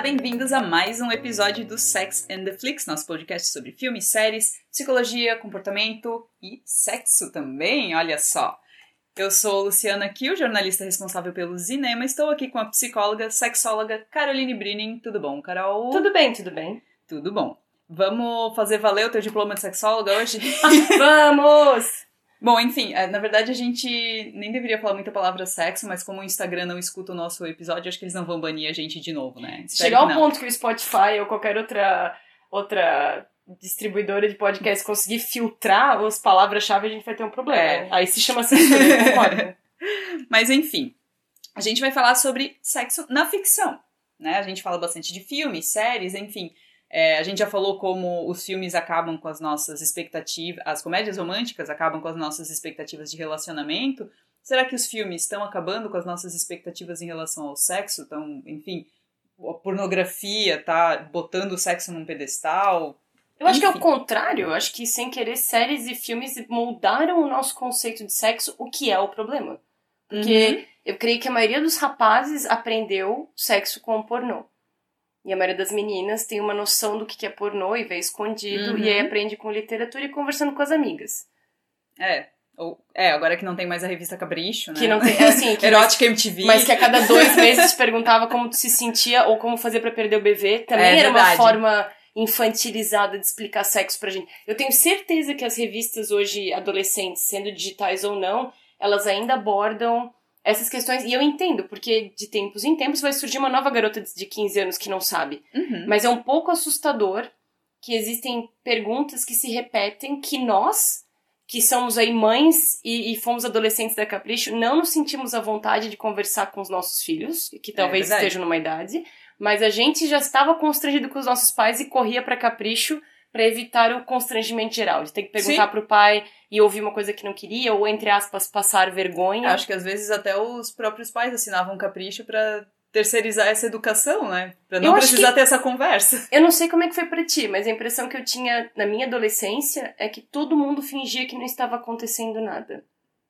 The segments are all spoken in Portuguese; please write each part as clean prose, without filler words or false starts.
bem-vindos a mais um episódio do Sex and the Flicks, nosso podcast sobre filmes, séries, psicologia, comportamento e sexo também, olha só. Eu sou Luciana Kiel, jornalista responsável pelo Cinema, estou aqui com a psicóloga, sexóloga Caroline Brinning. Tudo bom, Carol? Tudo bem, tudo bem. Tudo bom. Vamos fazer valer o teu diploma de sexóloga hoje? Vamos! Bom, enfim, na verdade a gente nem deveria falar muita palavra sexo, mas como o Instagram não escuta o nosso episódio, acho que eles não vão banir a gente de novo, né? Chegar ao ponto que o Spotify ou qualquer outra distribuidora de podcast conseguir filtrar as palavras-chave, a gente vai ter um problema. Aí se chama censura, eu concordo. Mas enfim, a gente vai falar sobre sexo na ficção, né? A gente fala bastante de filmes, séries, enfim. A gente já falou como os filmes acabam com as nossas expectativas, as comédias românticas acabam com as nossas expectativas de relacionamento. Será que os filmes estão acabando com as nossas expectativas em relação ao sexo? Então, enfim, a pornografia tá botando o sexo num pedestal? Eu acho que é o contrário. Eu acho que, sem querer, séries e filmes moldaram o nosso conceito de sexo, o que é o problema. Porque eu creio que a maioria dos rapazes aprendeu sexo com o pornô. E a maioria das meninas tem uma noção do que é pornô e vê escondido, e aí aprende com literatura e conversando com as amigas. Agora que não tem mais a revista Capricho, né? Que não tem, Erótica MTV. Mas que a cada 2 meses te perguntava como tu se sentia ou como fazer pra perder o bebê. Também era verdade. Uma forma infantilizada de explicar sexo pra gente. Eu tenho certeza que as revistas hoje, adolescentes, sendo digitais ou não, elas ainda abordam essas questões, e eu entendo, porque de tempos em tempos vai surgir uma nova garota de 15 anos que não sabe. Mas é um pouco assustador que existem perguntas que se repetem, que nós, que somos aí mães e fomos adolescentes da Capricho, não nos sentimos à vontade de conversar com os nossos filhos, que talvez estejam numa idade, mas a gente já estava constrangido com os nossos pais e corria pra Capricho pra evitar o constrangimento geral, de ter que perguntar pro pai e ouvir uma coisa que não queria, ou, entre aspas, passar vergonha. Acho que às vezes até os próprios pais assinavam Capricho pra terceirizar essa educação, né? Pra não precisar ter essa conversa. Eu não sei como é que foi pra ti, mas a impressão que eu tinha na minha adolescência é que todo mundo fingia que não estava acontecendo nada.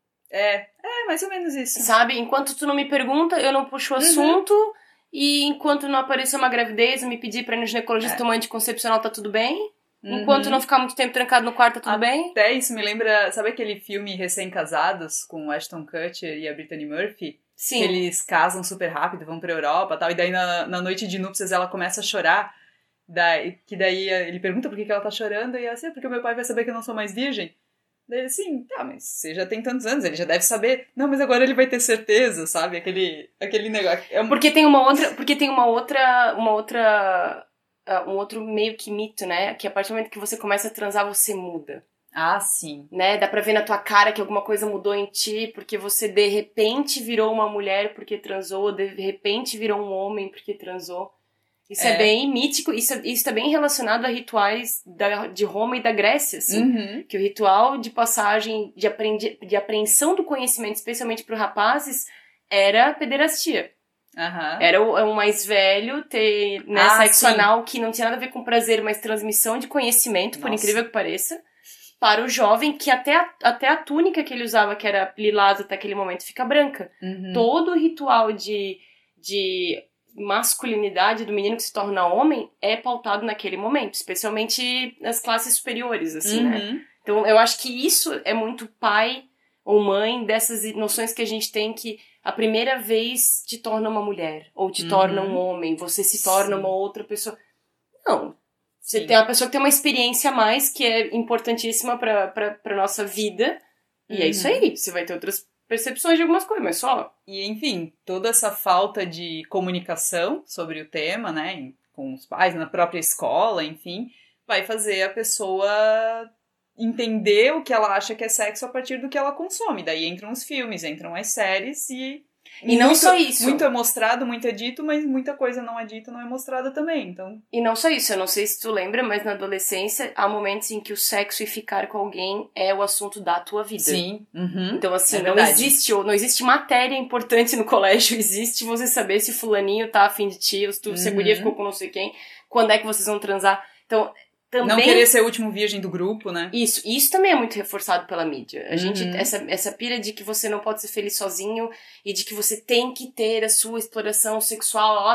É mais ou menos isso. Sabe? Enquanto tu não me pergunta, eu não puxo o assunto, e enquanto não aparecer uma gravidez, eu me pedir pra ir no ginecologista tomar anticoncepcional, tá tudo bem? Enquanto não ficar muito tempo trancado no quarto, tá tudo bem? Até isso me lembra, sabe aquele filme Recém-Casados, com o Ashton Kutcher e a Brittany Murphy? Sim. Que eles casam super rápido, vão pra Europa e tal, e daí na noite de núpcias ela começa a chorar, que daí ele pergunta por que ela tá chorando, e ela assim, porque o meu pai vai saber que eu não sou mais virgem. Daí ele assim, mas você já tem tantos anos, ele já deve saber. Não, mas agora ele vai ter certeza, sabe? Aquele negócio. Porque tem um outro meio que mito, né? Que a partir do momento que você começa a transar, você muda. Ah, sim. Né? Dá pra ver na tua cara que alguma coisa mudou em ti, porque você de repente virou uma mulher porque transou, de repente virou um homem porque transou. Isso é bem mítico, isso tá bem relacionado a rituais de Roma e da Grécia, assim. Que o ritual de passagem, de apreensão do conhecimento, especialmente para rapazes, era pederastia. Era o mais velho ter sexo anal, que não tinha nada a ver com prazer, mas transmissão de conhecimento, por incrível que pareça, para o jovem, que até a túnica que ele usava, que era lilás até aquele momento, fica branca. Todo o ritual de masculinidade do menino que se torna homem é pautado naquele momento, especialmente nas classes superiores, assim, né? Então, eu acho que isso é muito pai ou mãe dessas noções que a gente tem, que a primeira vez te torna uma mulher, ou te torna um homem, você se torna uma outra pessoa. Não. Você tem uma pessoa que tem uma experiência a mais, que é importantíssima pra nossa vida, e é isso aí. Você vai ter outras percepções de algumas coisas, mas só. E, enfim, toda essa falta de comunicação sobre o tema, né, com os pais, na própria escola, enfim, vai fazer a pessoa entender o que ela acha que é sexo a partir do que ela consome. Daí entram os filmes, entram as séries e não só isso. Muito é mostrado, muito é dito, mas muita coisa não é dita, não é mostrada também, então. E não só isso, eu não sei se tu lembra, mas na adolescência há momentos em que o sexo e ficar com alguém é o assunto da tua vida. Sim. Então, assim, não existe matéria importante no colégio, existe você saber se fulaninho tá afim de ti, ou se tu seguria ficou com não sei quem, quando é que vocês vão transar. Então, também... Não querer ser o último virgem do grupo, né? Isso também é muito reforçado pela mídia. A gente, essa pira de que você não pode ser feliz sozinho e de que você tem que ter a sua exploração sexual lá,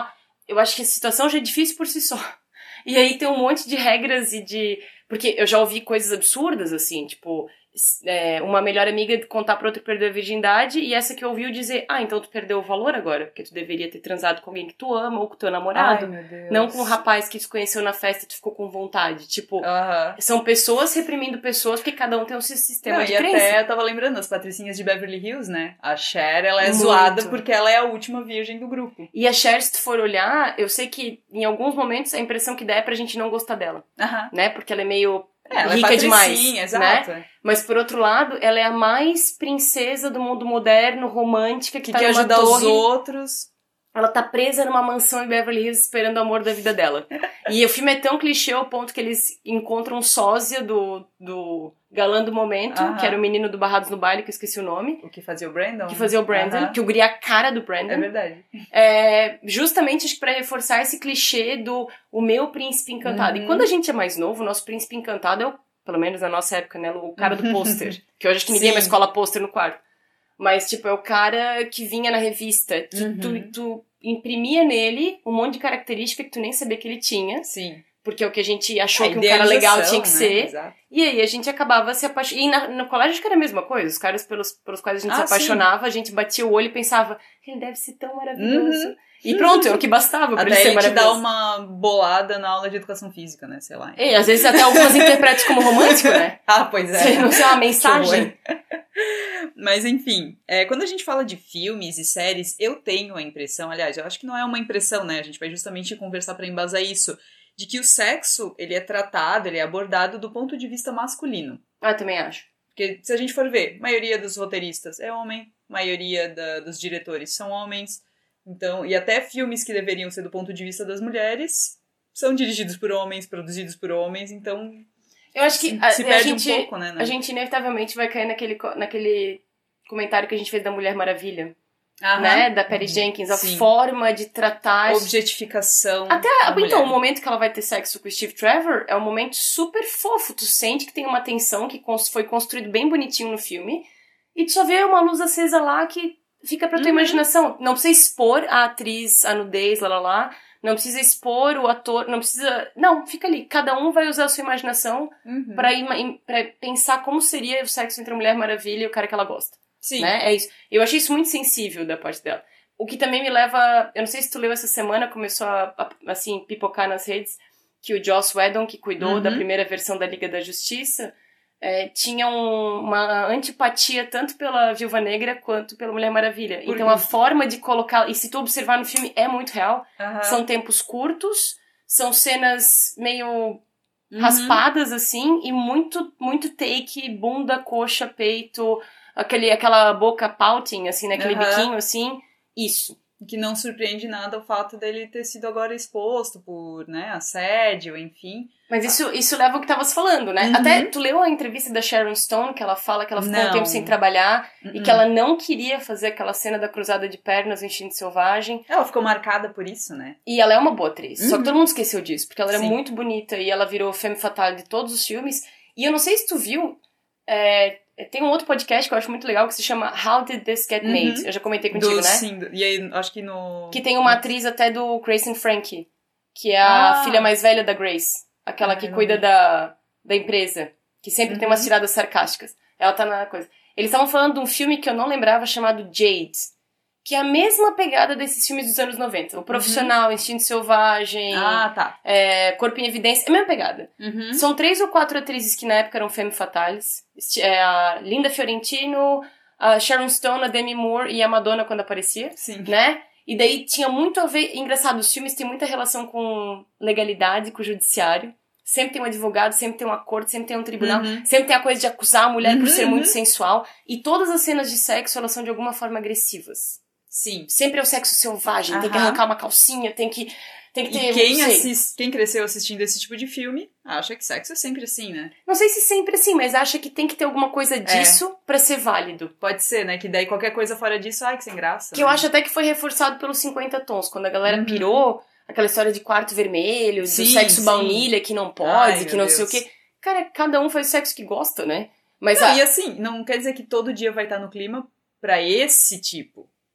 eu acho que a situação já é difícil por si só. E aí tem um monte de regras e de... Porque eu já ouvi coisas absurdas, assim, tipo... uma melhor amiga contar pra outra que perdeu a virgindade e essa que ouviu dizer, então tu perdeu o valor agora, porque tu deveria ter transado com alguém que tu ama ou com teu namorado. Ai, meu Deus. Não com um rapaz que tu conheceu na festa e tu ficou com vontade. Tipo, são pessoas reprimindo pessoas porque cada um tem um sistema de crença. E até eu tava lembrando, as patricinhas de Beverly Hills, né? A Cher, ela é Muito. zoada porque ela é a última virgem do grupo. E a Cher, se tu for olhar, eu sei que em alguns momentos a impressão que dá é pra gente não gostar dela. Né? Porque ela é meio... ela rica é demais, exato. Né? Mas por outro lado, ela é a mais princesa do mundo moderno, romântica, que tá quer numa ajudar torre. Os outros. Ela tá presa numa mansão em Beverly Hills esperando o amor da vida dela. E o filme é tão clichê ao ponto que eles encontram um sósia do galã do momento, que era o menino do Barrados no Baile, que eu esqueci o nome. O que fazia o Brandon. Que eu queria a cara do Brandon. É verdade. Justamente, acho que pra reforçar esse clichê do o meu príncipe encantado. E quando a gente é mais novo, o nosso príncipe encantado é pelo menos na nossa época, né, o cara do pôster. Que hoje acho que ninguém mais cola pôster no quarto. Mas, tipo, é o cara que vinha na revista, que tu imprimia nele um monte de característica que tu nem sabia que ele tinha. Sim. Porque é o que a gente achou que um cara legal tinha que ser. Exato. E aí a gente acabava se apaixonando. E no colégio acho que era a mesma coisa. Os caras pelos quais a gente se apaixonava, a gente batia o olho e pensava, ele deve ser tão maravilhoso. E pronto, é o que bastava pra ele ser maravilhoso. Até ele te dá uma bolada na aula de educação física, né? Sei lá. Às vezes até algumas interpretam como romântico, né? Pois é. Se não sei, uma mensagem. Mas enfim, quando a gente fala de filmes e séries, eu tenho a impressão, aliás, eu acho que não é uma impressão, né? A gente vai justamente conversar pra embasar isso, de que o sexo, ele é tratado, ele é abordado do ponto de vista masculino. Também acho. Porque se a gente for ver, a maioria dos roteiristas é homem, a maioria dos diretores são homens. Então, e até filmes que deveriam ser do ponto de vista das mulheres são dirigidos por homens, produzidos por homens, então eu acho que se perde um pouco, né? A gente inevitavelmente vai cair naquele comentário que a gente fez da Mulher Maravilha, né? Da Patty Jenkins, a forma de tratar... Objetificação. Até, então, o momento que ela vai ter sexo com o Steve Trevor é um momento super fofo. Tu sente que tem uma tensão que foi construído bem bonitinho no filme e tu só vê uma luz acesa lá que fica pra tua imaginação. Não precisa expor a atriz, a nudez, não precisa expor o ator, não precisa... Não, fica ali. Cada um vai usar a sua imaginação pra pensar como seria o sexo entre a Mulher Maravilha e o cara que ela gosta. Sim. Né? É isso. Eu achei isso muito sensível da parte dela. O que também me leva... Eu não sei se tu leu essa semana, começou a assim, pipocar nas redes, que o Joss Whedon, que cuidou da primeira versão da Liga da Justiça, tinha uma antipatia tanto pela Viúva Negra quanto pela Mulher Maravilha. Então a forma de colocar... E se tu observar no filme, é muito real. São tempos curtos, são cenas meio raspadas, assim, e muito, muito take, bunda, coxa, peito, aquela boca pouting, assim, né? Aquele biquinho, assim, isso. Que não surpreende nada o fato dele ter sido agora exposto por, né, assédio, enfim. Mas isso leva ao que tavas falando, né? Até tu leu a entrevista da Sharon Stone, que ela fala que ela ficou um tempo sem trabalhar e que ela não queria fazer aquela cena da cruzada de pernas no Instinto Selvagem. Ela ficou marcada por isso, né? E ela é uma boa atriz. Só que todo mundo esqueceu disso, porque ela era muito bonita e ela virou femme fatale de todos os filmes. E eu não sei se tu viu... Tem um outro podcast que eu acho muito legal que se chama How Did This Get Made? Eu já comentei contigo, né? Sim, e aí acho que no... Que tem uma atriz até do Grace and Frankie, que é a filha mais velha da Grace. Aquela que cuida da empresa, que sempre tem umas tiradas sarcásticas. Ela tá na coisa. Eles estavam falando de um filme que eu não lembrava, chamado Jade, que é a mesma pegada desses filmes dos anos 90. O Profissional, Instinto Selvagem, Corpo em Evidência, é a mesma pegada. São 3 ou 4 atrizes que na época eram femme fatales. A Linda Fiorentino, a Sharon Stone, a Demi Moore e a Madonna quando aparecia. Sim. Né? E daí tinha muito a ver... Engraçado, os filmes têm muita relação com legalidade, com o judiciário. Sempre tem um advogado, sempre tem uma corte, sempre tem um tribunal. Sempre tem a coisa de acusar a mulher por ser muito sensual. E todas as cenas de sexo, elas são de alguma forma agressivas. Sim. Sempre é o sexo selvagem. Tem que arrancar uma calcinha, tem que ter... E quem cresceu assistindo esse tipo de filme acha que sexo é sempre assim, né? Não sei se sempre assim, mas acha que tem que ter alguma coisa disso pra ser válido. Pode ser, né? Que daí qualquer coisa fora disso, que sem graça. Que eu acho até que foi reforçado pelos 50 tons. Quando a galera pirou, aquela história de quarto vermelho, do sexo baunilha que não pode, que não sei o quê. Cara, cada um faz o sexo que gosta, né? Mas E assim, não quer dizer que todo dia vai estar no clima pra esse tipo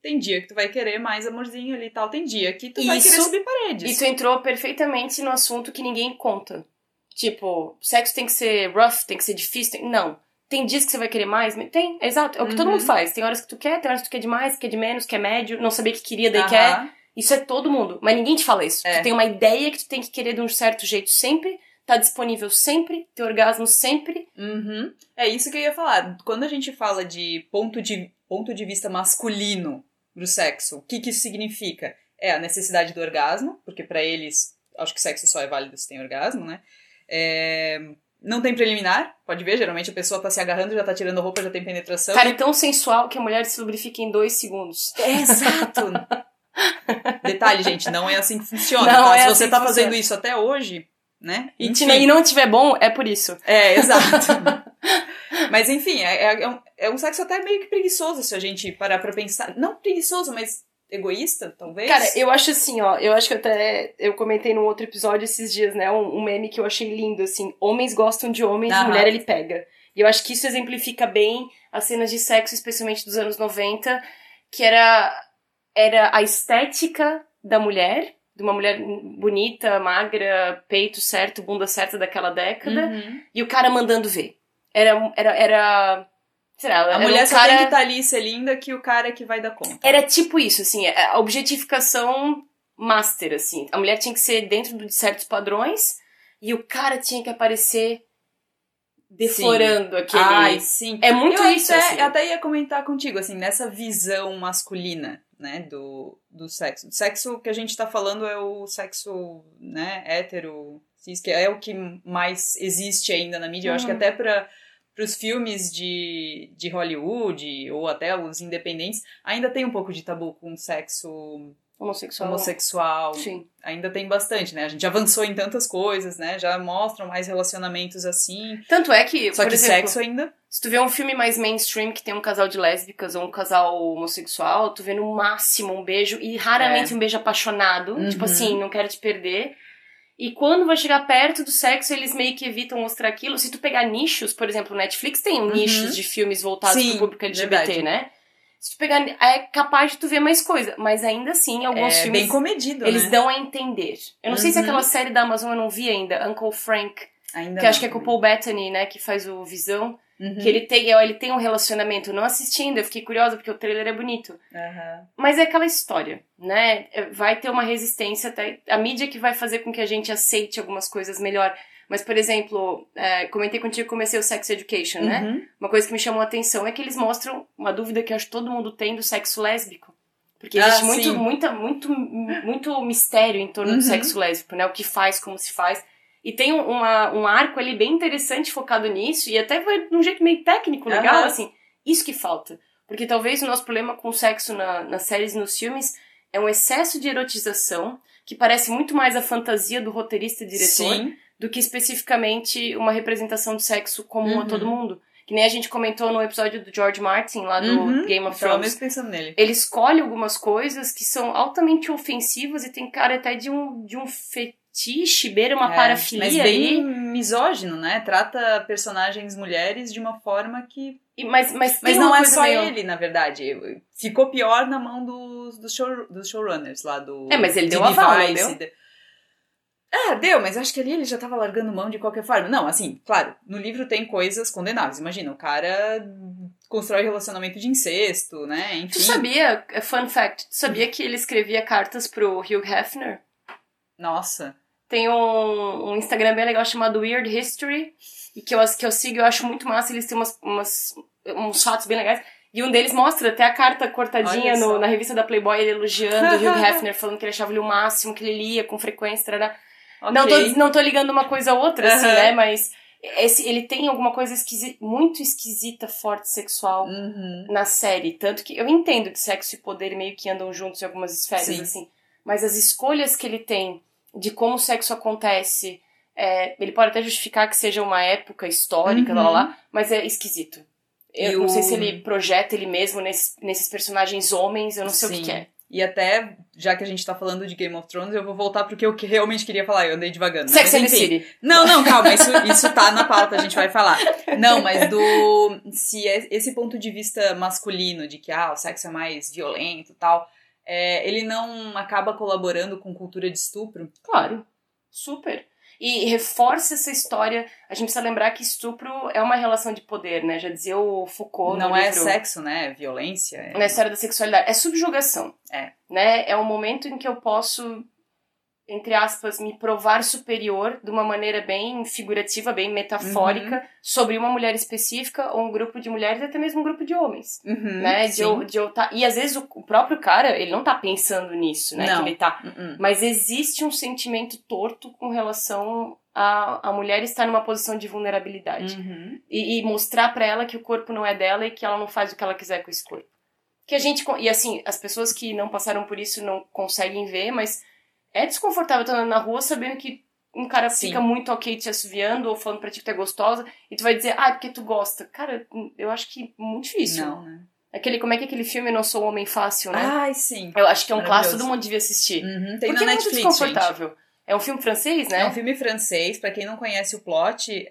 Tem dia que tu vai querer mais amorzinho ali e tal. Tem dia que tu vai querer subir paredes. Isso entrou perfeitamente no assunto que ninguém conta. Tipo, sexo tem que ser rough, tem que ser difícil. Não. Tem dias que você vai querer mais? Tem, exato. É o que todo mundo faz. Tem horas que tu quer, tem horas que tu quer de mais, quer de menos, quer médio, não saber que queria, daí quer. Isso é todo mundo. Mas ninguém te fala isso. Tu tem uma ideia que tu tem que querer de um certo jeito sempre, tá disponível sempre, ter orgasmo sempre. É isso que eu ia falar. Quando a gente fala de ponto de vista masculino do sexo, o que isso significa? É a necessidade do orgasmo, porque pra eles, acho que sexo só é válido se tem orgasmo, né? Não tem preliminar, pode ver, geralmente a pessoa tá se agarrando, já tá tirando a roupa, já tem penetração. Cara, é tão sensual que a mulher se lubrifica em 2 segundos. Exato! Detalhe, gente, não é assim que funciona, não tá? É se você assim tá fazendo isso até hoje, né? E não tiver bom, é por isso. Exato. Mas enfim, é um sexo até meio que preguiçoso se a gente parar pra pensar. Não preguiçoso, mas egoísta, talvez? Cara, eu acho assim, ó, eu acho que eu comentei num outro episódio esses dias, né, um meme que eu achei lindo, assim, homens gostam de homens, mulher ele pega. E eu acho que isso exemplifica bem as cenas de sexo, especialmente dos anos 90, que era a estética da mulher, de uma mulher bonita, magra, peito certo, bunda certa daquela década, e o cara mandando ver. A mulher só tem que estar ali e ser linda que o cara é que vai dar conta. Era tipo isso, assim, a objetificação master, assim. A mulher tinha que ser dentro de certos padrões e o cara tinha que aparecer deflorando aquele... Ai, sim. É muito isso, assim. Eu até ia comentar contigo, assim, nessa visão masculina, né, do sexo. O sexo que a gente tá falando é o sexo, né, hétero, cis, que é o que mais existe ainda na mídia. Eu acho que até para os filmes de Hollywood, ou até os independentes, ainda tem um pouco de tabu com sexo homossexual. Sim. Ainda tem bastante, né? A gente avançou em tantas coisas, né? Já mostram mais relacionamentos assim. Tanto é que, só por que exemplo, sexo ainda... Se tu vê um filme mais mainstream que tem um casal de lésbicas ou um casal homossexual, tu vê no máximo um beijo, e raramente um beijo apaixonado. Tipo assim, não quero te perder. E quando vai chegar perto do sexo, eles meio que evitam mostrar aquilo. Se tu pegar nichos, por exemplo, Netflix tem nichos de filmes voltados pro público LGBT, verdade. Né? Se tu pegar, é capaz de tu ver mais coisa. Mas ainda assim, alguns filmes... bem comedido, eles né? dão a entender. Eu não sei se aquela série da Amazon eu não vi ainda, Uncle Frank. Ainda que acho que é com o Paul Bettany, né? Que faz o Visão. Que ele tem um relacionamento. Eu não assisti ainda, eu fiquei curiosa porque o trailer é bonito. Mas é aquela história, né? Vai ter uma resistência até... A mídia que vai fazer com que a gente aceite algumas coisas melhor. Mas, por exemplo, comentei contigo que comecei o Sex Education, né? Uma coisa que me chamou a atenção é que eles mostram uma dúvida que eu acho que todo mundo tem do sexo lésbico. Porque existe muito mistério em torno do sexo lésbico, né? O que faz, como se faz... E tem um arco ali bem interessante focado nisso, e até vai de um jeito meio técnico, legal, assim. Isso que falta. Porque talvez o nosso problema com o sexo nas séries e nos filmes é um excesso de erotização, que parece muito mais a fantasia do roteirista e diretor, do que especificamente uma representação de sexo comum a todo mundo. Que nem a gente comentou no episódio do George Martin, lá do Game of Thrones. Mesmo pensando nele. Ele escolhe algumas coisas que são altamente ofensivas e tem cara até de um fetiche, beira uma parafilia. Mas bem misógino, né? Trata personagens mulheres de uma forma que... Mas não é só ele, na verdade. Ficou pior na mão dos showrunners lá do... mas ele deu aval, não deu? Deu, mas acho que ali ele já tava largando mão de qualquer forma. Não, assim, claro, no livro tem coisas condenáveis. Imagina, o cara constrói relacionamento de incesto, né? Enfim. Tu sabia, fun fact, tu sabia que ele escrevia cartas pro Hugh Hefner? Nossa. Tem um Instagram bem legal chamado Weird History, e que eu sigo, eu acho muito massa, eles têm uns fatos bem legais. E um deles mostra até a carta cortadinha na revista da Playboy, ele elogiando o Hugh Hefner, falando que ele achava ele o máximo, que ele lia com frequência, tarará. Okay. Não tô ligando uma coisa a outra, assim, né? Mas ele tem alguma coisa muito esquisita, forte, sexual na série. Tanto que eu entendo que sexo e poder meio que andam juntos em algumas esferas, assim. Mas as escolhas que ele tem de como o sexo acontece, ele pode até justificar que seja uma época histórica, mas é esquisito. Eu não sei se ele projeta ele mesmo nesses personagens homens, eu não sei o que é. E até, já que a gente tá falando de Game of Thrones, eu vou voltar pro que eu realmente queria falar. Eu andei devagando. Né? Sex and the City. Não, calma. Isso tá na pauta, a gente vai falar. Não, mas se esse ponto de vista masculino, de que o sexo é mais violento e tal, ele não acaba colaborando com cultura de estupro? Claro. Super. E reforça essa história. A gente precisa lembrar que estupro é uma relação de poder, né? Já dizia o Foucault no livro. Não é sexo, né? É violência. Na história da sexualidade. É subjugação. Né? É um momento em que eu posso, entre aspas, me provar superior de uma maneira bem figurativa, bem metafórica, sobre uma mulher específica, ou um grupo de mulheres, até mesmo um grupo de homens. Né? E às vezes o próprio cara, ele não tá pensando nisso, né? Não. Que ele tá. Mas existe um sentimento torto com relação a mulher estar numa posição de vulnerabilidade. E mostrar pra ela que o corpo não é dela e que ela não faz o que ela quiser com esse corpo. Que a gente... E assim, as pessoas que não passaram por isso não conseguem ver, mas é desconfortável estar andando na rua sabendo que um cara fica muito ok te assoviando ou falando pra ti que tu é gostosa e tu vai dizer, porque tu gosta. Cara, eu acho que é muito difícil. Não, né? Como é que aquele filme Não Sou um Homem Fácil, né? Ai, sim. Eu acho que é um clássico, todo mundo devia assistir. Tem porque na é Netflix, muito desconfortável. Gente. É um filme francês, né? É um filme francês, pra quem não conhece o plot,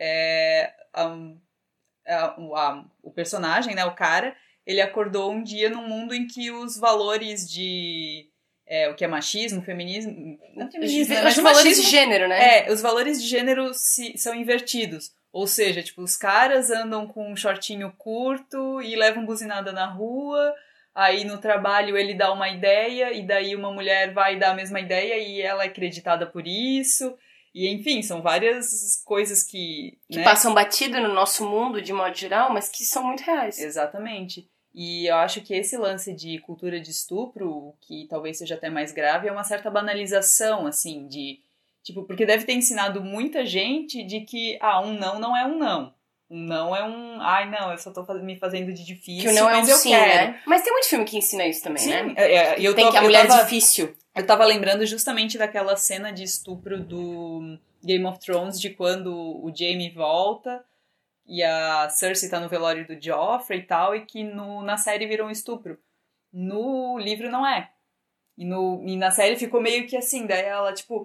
o personagem, né, o cara, ele acordou um dia num mundo em que os valores de... o que é machismo, feminismo... Não feminismo, né? Mas os valores de gênero, né? Os valores de gênero são invertidos. Ou seja, tipo, os caras andam com um shortinho curto e levam buzinada na rua, aí no trabalho ele dá uma ideia, e daí uma mulher vai dar a mesma ideia e ela é acreditada por isso... E, enfim, são várias coisas que passam batido no nosso mundo, de modo geral, mas que são muito reais. Exatamente. E eu acho que esse lance de cultura de estupro, que talvez seja até mais grave, é uma certa banalização, assim, de... Tipo, porque deve ter ensinado muita gente de que, um não é um não. Um não é um... não, eu só tô me fazendo de difícil, que o não mas é um eu sim, quero. Né? Mas tem muito filme que ensina isso também, sim, né? Tem que a mulher é difícil. Eu tava lembrando justamente daquela cena de estupro do Game of Thrones, de quando o Jaime volta e a Cersei tá no velório do Joffrey e tal, e que na série virou um estupro. No livro não é. E na série ficou meio que assim, daí ela, tipo,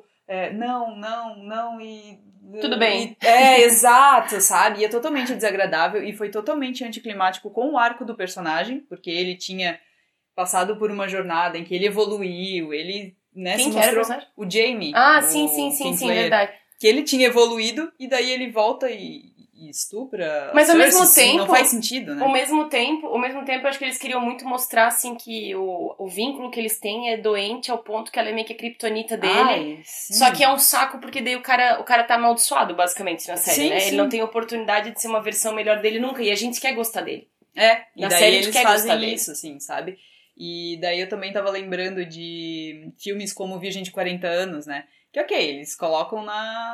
não, e... Tudo bem. Exato, sabe? E é totalmente desagradável e foi totalmente anticlimático com o arco do personagem, porque ele tinha passado por uma jornada em que ele evoluiu, ele, né, Quem se mostrou... era o Jaime. Sim, verdade. Que ele tinha evoluído e daí ele volta e estupra. Mas ao mesmo tempo, não faz sentido, né? Ao mesmo tempo, eu acho que eles queriam muito mostrar, assim, que o vínculo que eles têm é doente ao ponto que ela é meio que a kriptonita dele. Só que é um saco porque daí o cara tá amaldiçoado, basicamente, na série, né? Sim. Ele não tem oportunidade de ser uma versão melhor dele nunca, e a gente quer gostar dele. E na daí série eles fazem isso, assim, sabe? E daí eu também tava lembrando de filmes como Virgem de 40 Anos, né? Que eles colocam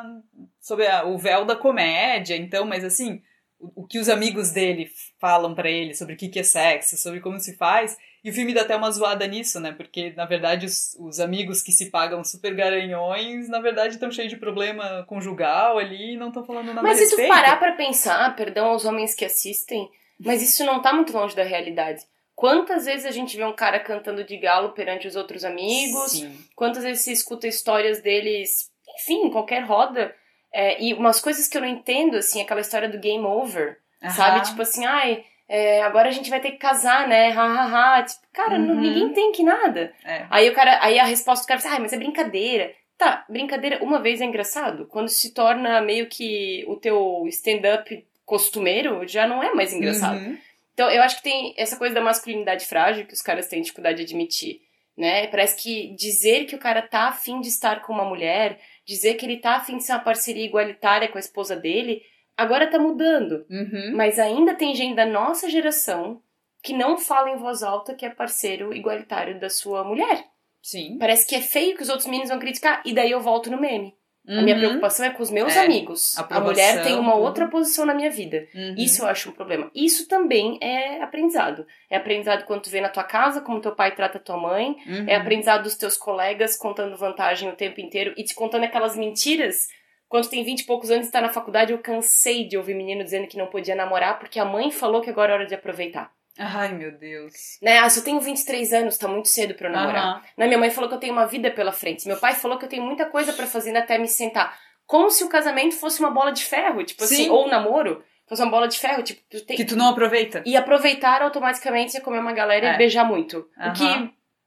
sob o véu da comédia, então, mas assim, o que os amigos dele falam pra ele sobre o que é sexo, sobre como se faz, e o filme dá até uma zoada nisso, né? Porque, na verdade, os amigos que se pagam super garanhões, na verdade, estão cheios de problema conjugal ali e não estão falando nada a respeito. Mas se tu parar pra pensar, perdão aos homens que assistem, mas isso não tá muito longe da realidade. Quantas vezes a gente vê um cara cantando de galo perante os outros amigos? Sim. Quantas vezes se escuta histórias deles, enfim, em qualquer roda. E umas coisas que eu não entendo, assim, aquela história do game over, sabe? Tipo assim, agora a gente vai ter que casar, né? Tipo, cara, ninguém tem que nada. Aí a resposta do cara é mas é brincadeira. Tá, brincadeira uma vez é engraçado. Quando se torna meio que o teu stand-up costumeiro, já não é mais engraçado. Então, eu acho que tem essa coisa da masculinidade frágil que os caras têm dificuldade de admitir, né? Parece que dizer que o cara tá afim de estar com uma mulher, dizer que ele tá afim de ser uma parceria igualitária com a esposa dele, agora tá mudando. Mas ainda tem gente da nossa geração que não fala em voz alta que é parceiro igualitário da sua mulher. Sim. Parece que é feio que os outros meninos vão criticar, e daí eu volto no meme. A minha preocupação é com os meus amigos. A mulher tem uma outra posição na minha vida. Isso eu acho um problema. Isso também é aprendizado. É aprendizado quando tu vê na tua casa, como teu pai trata tua mãe. É aprendizado dos teus colegas contando vantagem o tempo inteiro e te contando aquelas mentiras. Quando tu tem 20 e poucos anos e tá na faculdade, eu cansei de ouvir menino dizendo que não podia namorar porque a mãe falou que agora é hora de aproveitar. Ai, meu Deus. Né? Ah, se eu tenho 23 anos, tá muito cedo pra eu namorar. Né? Minha mãe falou que eu tenho uma vida pela frente. Meu pai falou que eu tenho muita coisa pra fazer até me sentar. Como se o casamento fosse uma bola de ferro, tipo Sim. assim, ou o namoro fosse uma bola de ferro, tipo... Que tu não aproveita. E aproveitar automaticamente é comer uma galera e beijar muito. O que...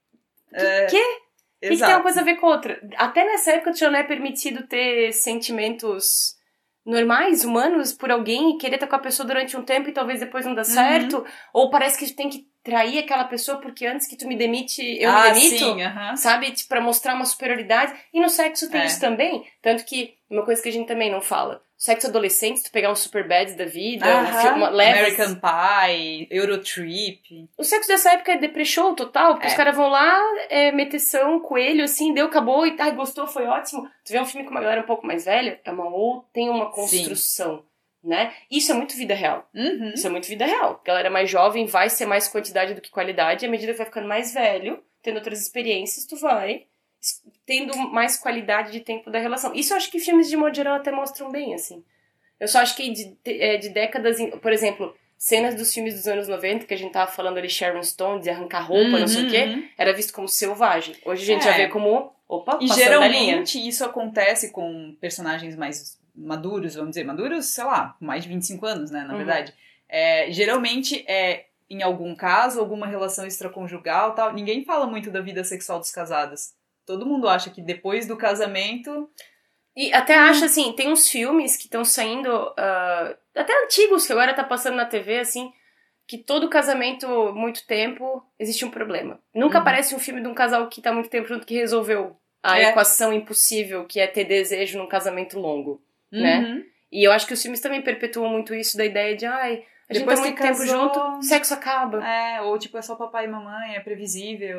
Quê? O que tem uma coisa a ver com a outra? Até nessa época já não é permitido ter sentimentos normais, humanos, por alguém e querer estar com a pessoa durante um tempo e talvez depois não dá certo. Ou parece que tu tem que trair aquela pessoa porque antes que tu me demite, eu me demito. Sim, sabe? Tipo, pra mostrar uma superioridade. E no sexo tem isso também. Tanto que, uma coisa que a gente também não fala. Sexo adolescente, se tu pegar um Superbad da vida, American Pie, Eurotrip. O sexo dessa época é depressão total, porque os caras vão lá, meteção, coelho, assim, deu, acabou, e gostou, foi ótimo. Tu vê um filme com uma galera um pouco mais velha, tem uma construção, né? Isso é muito vida real. Isso é muito vida real. A galera mais jovem vai ser mais quantidade do que qualidade, e à medida que vai ficando mais velho, tendo outras experiências, tu vai tendo mais qualidade de tempo da relação. Isso eu acho que filmes de modo geral até mostram bem, assim. Eu só acho que de décadas... Por exemplo, cenas dos filmes dos anos 90, que a gente tava falando ali, Sharon Stone, de arrancar roupa, não sei o quê, era visto como selvagem. Hoje a gente já vê como... Opa, e geralmente isso acontece com personagens mais maduros, vamos dizer, maduros, sei lá, mais de 25 anos, né, na verdade. Geralmente em algum caso, alguma relação extraconjugal, tal, ninguém fala muito da vida sexual dos casados. Todo mundo acha que depois do casamento... E até acho, assim, tem uns filmes que estão saindo, até antigos, que agora tá passando na TV, assim, que todo casamento, muito tempo, existe um problema. Nunca aparece um filme de um casal que tá muito tempo junto que resolveu a equação impossível que é ter desejo num casamento longo, né? E eu acho que os filmes também perpetuam muito isso da ideia de, a gente depois tá muito tempo junto, sexo acaba. Ou tipo, é só papai e mamãe, é previsível,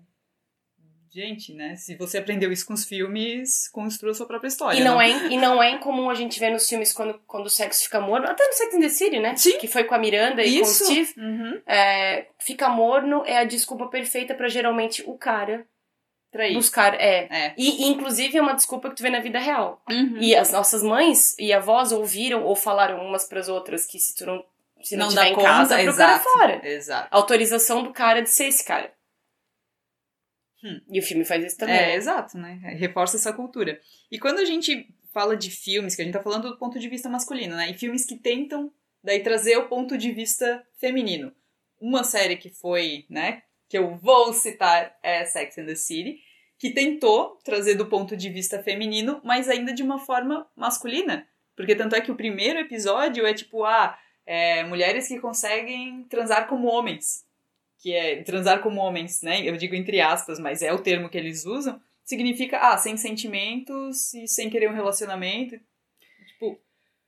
Gente, né? Se você aprendeu isso com os filmes, construa a sua própria história. E não é incomum a gente ver nos filmes quando o sexo fica morno. Até no Sex and the City, né? Sim. Que foi com a Miranda e com o Steve. Fica morno é a desculpa perfeita pra geralmente o cara trair. Buscar. E inclusive é uma desculpa que tu vê na vida real. E as nossas mães e avós ouviram ou falaram umas pras outras que se não tiver em casa, procura fora. Exato. Autorização do cara de ser esse cara. E o filme faz isso também. Exato, né? Reforça essa cultura. E quando a gente fala de filmes, que a gente tá falando do ponto de vista masculino, né? E filmes que tentam, daí, trazer o ponto de vista feminino. Uma série que foi, né? Que eu vou citar é Sex and the City, que tentou trazer do ponto de vista feminino, mas ainda de uma forma masculina. Porque tanto é que o primeiro episódio é tipo, mulheres que conseguem transar como homens. Que é transar como homens, né? Eu digo entre aspas, mas é o termo que eles usam. Significa, sem sentimentos e sem querer um relacionamento. Tipo...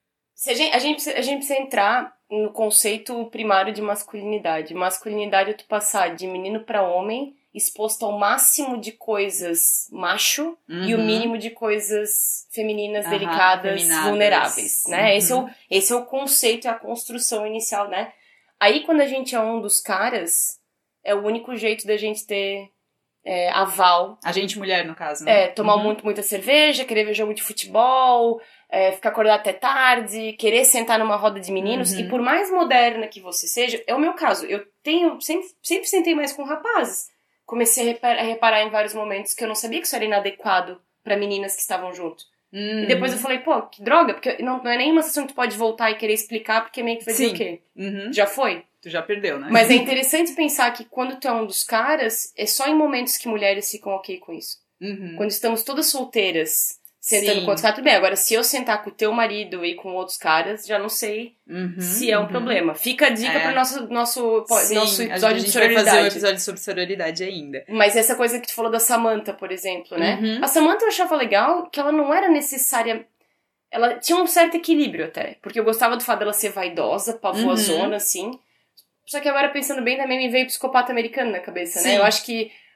A gente precisa entrar no conceito primário de masculinidade. Masculinidade é tu passar de menino pra homem, exposto ao máximo de coisas macho e o mínimo de coisas femininas, delicadas, vulneráveis, né? Esse é o conceito, é a construção inicial, né? Aí quando a gente é um dos caras... É o único jeito da gente ter aval. A gente mulher, no caso, né? Tomar muita cerveja, querer ver jogo de futebol, ficar acordado até tarde, querer sentar numa roda de meninos. E por mais moderna que você seja, é o meu caso. Eu sempre sentei mais com rapazes. Comecei a reparar em vários momentos que eu não sabia que isso era inadequado pra meninas que estavam junto. E depois eu falei, pô, que droga, porque não é nenhuma sessão que tu pode voltar e querer explicar, porque meio que vai dizer o quê? Já foi? Tu já perdeu, né? Mas é interessante pensar que quando tu é um dos caras, é só em momentos que mulheres ficam ok com isso. Quando estamos todas solteiras, sentando com outros caras, tudo bem. Agora, se eu sentar com o teu marido e com outros caras, já não sei se é um problema. Fica a dica pro nosso episódio de sororidade. A gente vai fazer um episódio sobre sororidade ainda. Mas essa coisa que tu falou da Samantha, por exemplo, né? A Samantha eu achava legal que ela não era necessária... Ela tinha um certo equilíbrio até. Porque eu gostava do fato dela ser vaidosa, pavoazona, assim. Só que agora, pensando bem, também me veio psicopata americano na cabeça, né? Eu acho que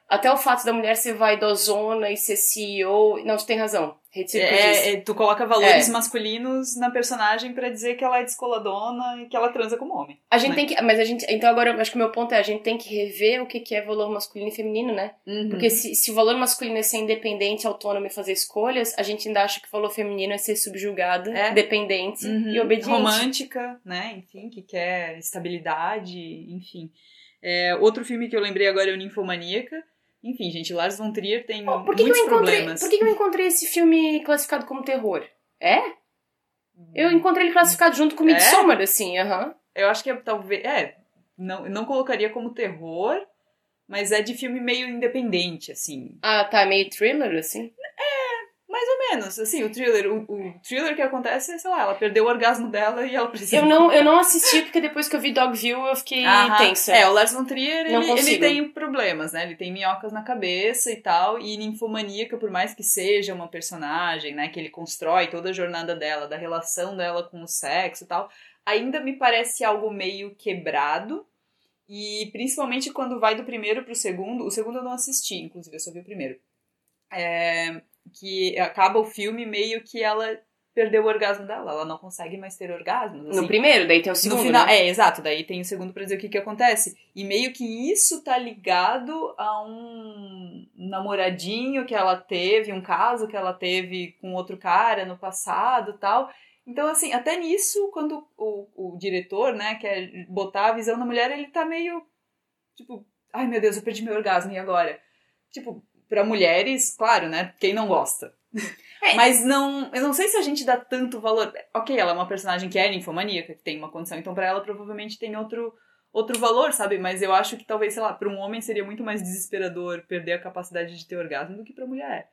Até o fato da mulher ser vaidosona e ser CEO... Não, tu tem razão. Tu coloca valores masculinos na personagem pra dizer que ela é descoladona e que ela transa como homem. A gente tem que... Então agora, eu acho que o meu ponto é, a gente tem que rever o que é valor masculino e feminino, né? Uhum. Porque se o valor masculino é ser independente, autônomo e fazer escolhas, a gente ainda acha que o valor feminino é ser subjugada, dependente e obediente. Romântica, né? Enfim, que quer estabilidade, enfim. Outro filme que eu lembrei agora é o Ninfomaníaca. Enfim, gente, Lars von Trier tem muitos problemas. Por que eu encontrei esse filme classificado como terror? Eu encontrei ele classificado junto com Midsommar, assim, Eu acho que talvez... não colocaria como terror, mas é de filme meio independente, assim. Ah, tá, meio thriller, assim? Mais ou menos, assim, o thriller que acontece, sei lá, ela perdeu o orgasmo dela e ela precisa... Eu não assisti, porque depois que eu vi Dogville eu fiquei tensa. O Lars von Trier, ele tem problemas, né? Ele tem minhocas na cabeça e tal, e Ninfomaníaca, por mais que seja uma personagem, né, que ele constrói toda a jornada dela, da relação dela com o sexo e tal, ainda me parece algo meio quebrado, e principalmente quando vai do primeiro pro segundo. O segundo eu não assisti, inclusive, eu só vi o primeiro. Que acaba o filme meio que ela perdeu o orgasmo dela, ela não consegue mais ter orgasmos. Assim. No primeiro, daí tem o segundo, no final, né? Exato, daí tem o segundo pra dizer o que acontece. E meio que isso tá ligado a um namoradinho que ela teve, um caso que ela teve com outro cara no passado e tal. Então, assim, até nisso, quando o diretor, né, quer botar a visão da mulher, ele tá meio, tipo, ai meu Deus, eu perdi meu orgasmo, e agora? Tipo, pra mulheres, claro, né? Quem não gosta. Mas eu não sei se a gente dá tanto valor. Ok, ela é uma personagem que é ninfomaníaca, que tem uma condição, então pra ela provavelmente tem outro valor, sabe? Mas eu acho que talvez, sei lá, pra um homem seria muito mais desesperador perder a capacidade de ter orgasmo do que pra mulher.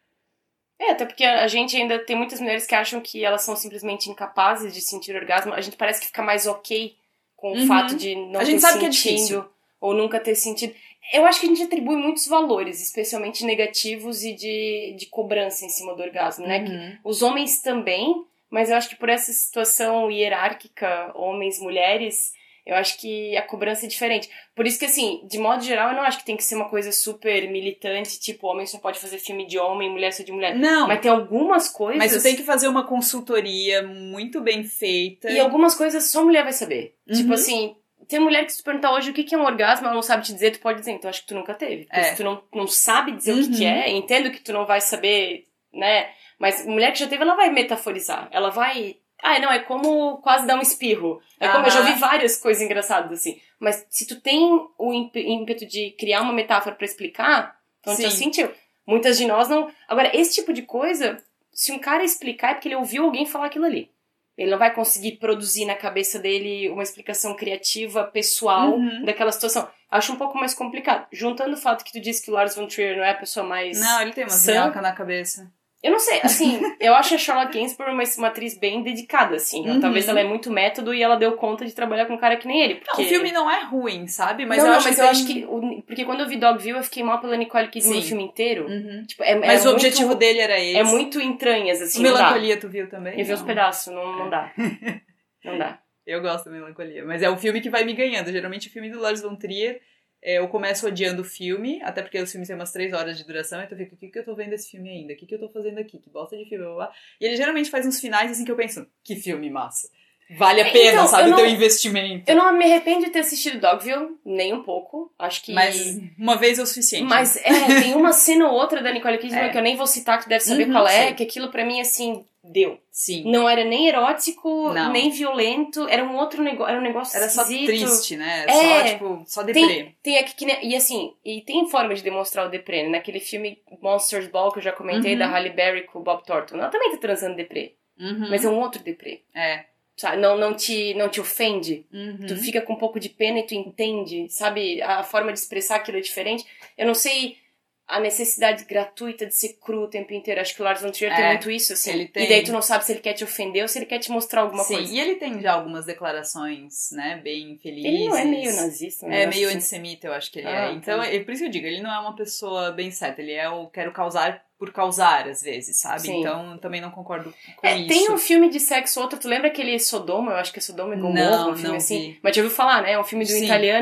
Até porque a gente ainda tem muitas mulheres que acham que elas são simplesmente incapazes de sentir orgasmo. A gente parece que fica mais ok com o fato de não ter sentido ou nunca ter sentido. Eu acho que a gente atribui muitos valores, especialmente negativos e de cobrança em cima do orgasmo, né? Que os homens também, mas eu acho que por essa situação hierárquica, homens, mulheres, eu acho que a cobrança é diferente. Por isso que, assim, de modo geral, eu não acho que tem que ser uma coisa super militante, tipo, homem só pode fazer filme de homem, mulher só de mulher. Não. Mas tem algumas coisas... Mas tu tem que fazer uma consultoria muito bem feita. E algumas coisas só mulher vai saber. Tipo assim... Tem mulher que se tu perguntar hoje o que é um orgasmo, ela não sabe te dizer, tu pode dizer, então acho que tu nunca teve. Porque se tu não sabe dizer o que é, entendo que tu não vai saber, né? Mas mulher que já teve, ela vai metaforizar. Ela vai... é como quase dar um espirro. Como eu já ouvi várias coisas engraçadas, assim. Mas se tu tem o ímpeto de criar uma metáfora pra explicar, então tu já sentiu. Muitas de nós não... Agora, esse tipo de coisa, se um cara explicar, é porque ele ouviu alguém falar aquilo ali. Ele não vai conseguir produzir na cabeça dele uma explicação criativa, pessoal, daquela situação. Acho um pouco mais complicado. Juntando o fato que tu disse que o Lars von Trier não é a pessoa mais... Não, ele tem uma minhoca na cabeça. Eu não sei, assim, eu acho a Charlotte Gainsbourg uma atriz bem dedicada, assim. Talvez ela é muito método e ela deu conta de trabalhar com um cara que nem ele. Porque... Não, o filme não é ruim, sabe? Mas eu acho que... Porque quando eu vi Dogville, eu fiquei mal pela Nicole Kidman no filme inteiro. Tipo, mas o objetivo dele era esse. É muito entranhas, assim. Melancolia, tu viu também? Eu vi os pedaços, não dá. Não dá. Eu gosto da Melancolia, mas é o filme que vai me ganhando. Geralmente o filme do Lars von Trier... eu começo odiando o filme, até porque os filmes têm umas 3 horas de duração, então eu fico, o que eu tô vendo esse filme ainda? O que eu tô fazendo aqui? Que bosta de filme, blá, blá, blá. E ele geralmente faz uns finais assim que eu penso, que filme massa. Vale a pena, então, sabe, o teu investimento. Eu não me arrependo de ter assistido Dogville, nem um pouco. Acho que... Mas uma vez é o suficiente. Mas tem uma cena ou outra da Nicole Kidman que eu nem vou citar, que tu deve saber qual é, que aquilo pra mim, assim, deu. Sim. Não era nem erótico, nem violento, era um outro negócio, era um negócio era esquisito. Era só triste, né? Só, tipo, só deprê. Tem aqui, e assim, e tem forma de demonstrar o deprê, né? Naquele filme Monsters Ball, que eu já comentei, da Halle Berry com o Bob Thornton. Ela também tá transando deprê. Mas é um outro deprê. Sabe? Não te ofende. Tu fica com um pouco de pena e tu entende, sabe? A forma de expressar aquilo é diferente. Eu não sei a necessidade gratuita de ser cru o tempo inteiro. Acho que o Lars von Trier tem muito isso, assim. Ele tem. E daí tu não sabe se ele quer te ofender ou se ele quer te mostrar alguma coisa. Sim, e ele tem já algumas declarações, né, bem felizes. Ele não é meio nazista, né? É meio antissemita, eu acho que ele é. Então, por isso que eu digo, ele não é uma pessoa bem certa. Ele é o quero causar por causar, às vezes, sabe? Sim. Então, também não concordo com isso. Tem um filme de sexo outro, tu lembra aquele Sodoma? Eu acho que é Sodoma e Gomorra, um filme assim. Vi. Mas já ouviu falar, né? É um filme do italiano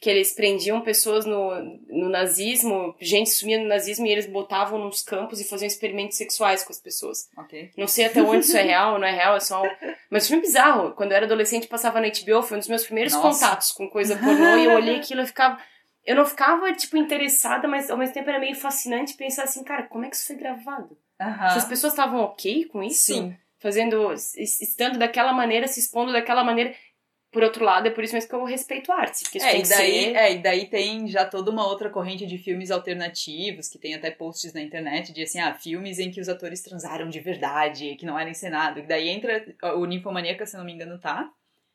que eles prendiam pessoas no nazismo, gente sumia no nazismo e eles botavam nos campos e faziam experimentos sexuais com as pessoas. Ok. Não sei até onde isso é real, não é real, é só... Mas foi bizarro. Quando eu era adolescente, passava na HBO, foi um dos meus primeiros contatos com coisa pornô, e eu olhei aquilo e eu não ficava, tipo, interessada, mas ao mesmo tempo era meio fascinante pensar assim, cara, como é que isso foi gravado? Se as pessoas estavam ok com isso? Sim. Estando daquela maneira, se expondo daquela maneira... Por outro lado, é por isso mesmo que eu respeito a arte. Porque isso tem que ser... E daí tem já toda uma outra corrente de filmes alternativos, que tem até posts na internet de assim, filmes em que os atores transaram de verdade, que não era encenado. E daí entra o Ninfomaníaca, se não me engano, tá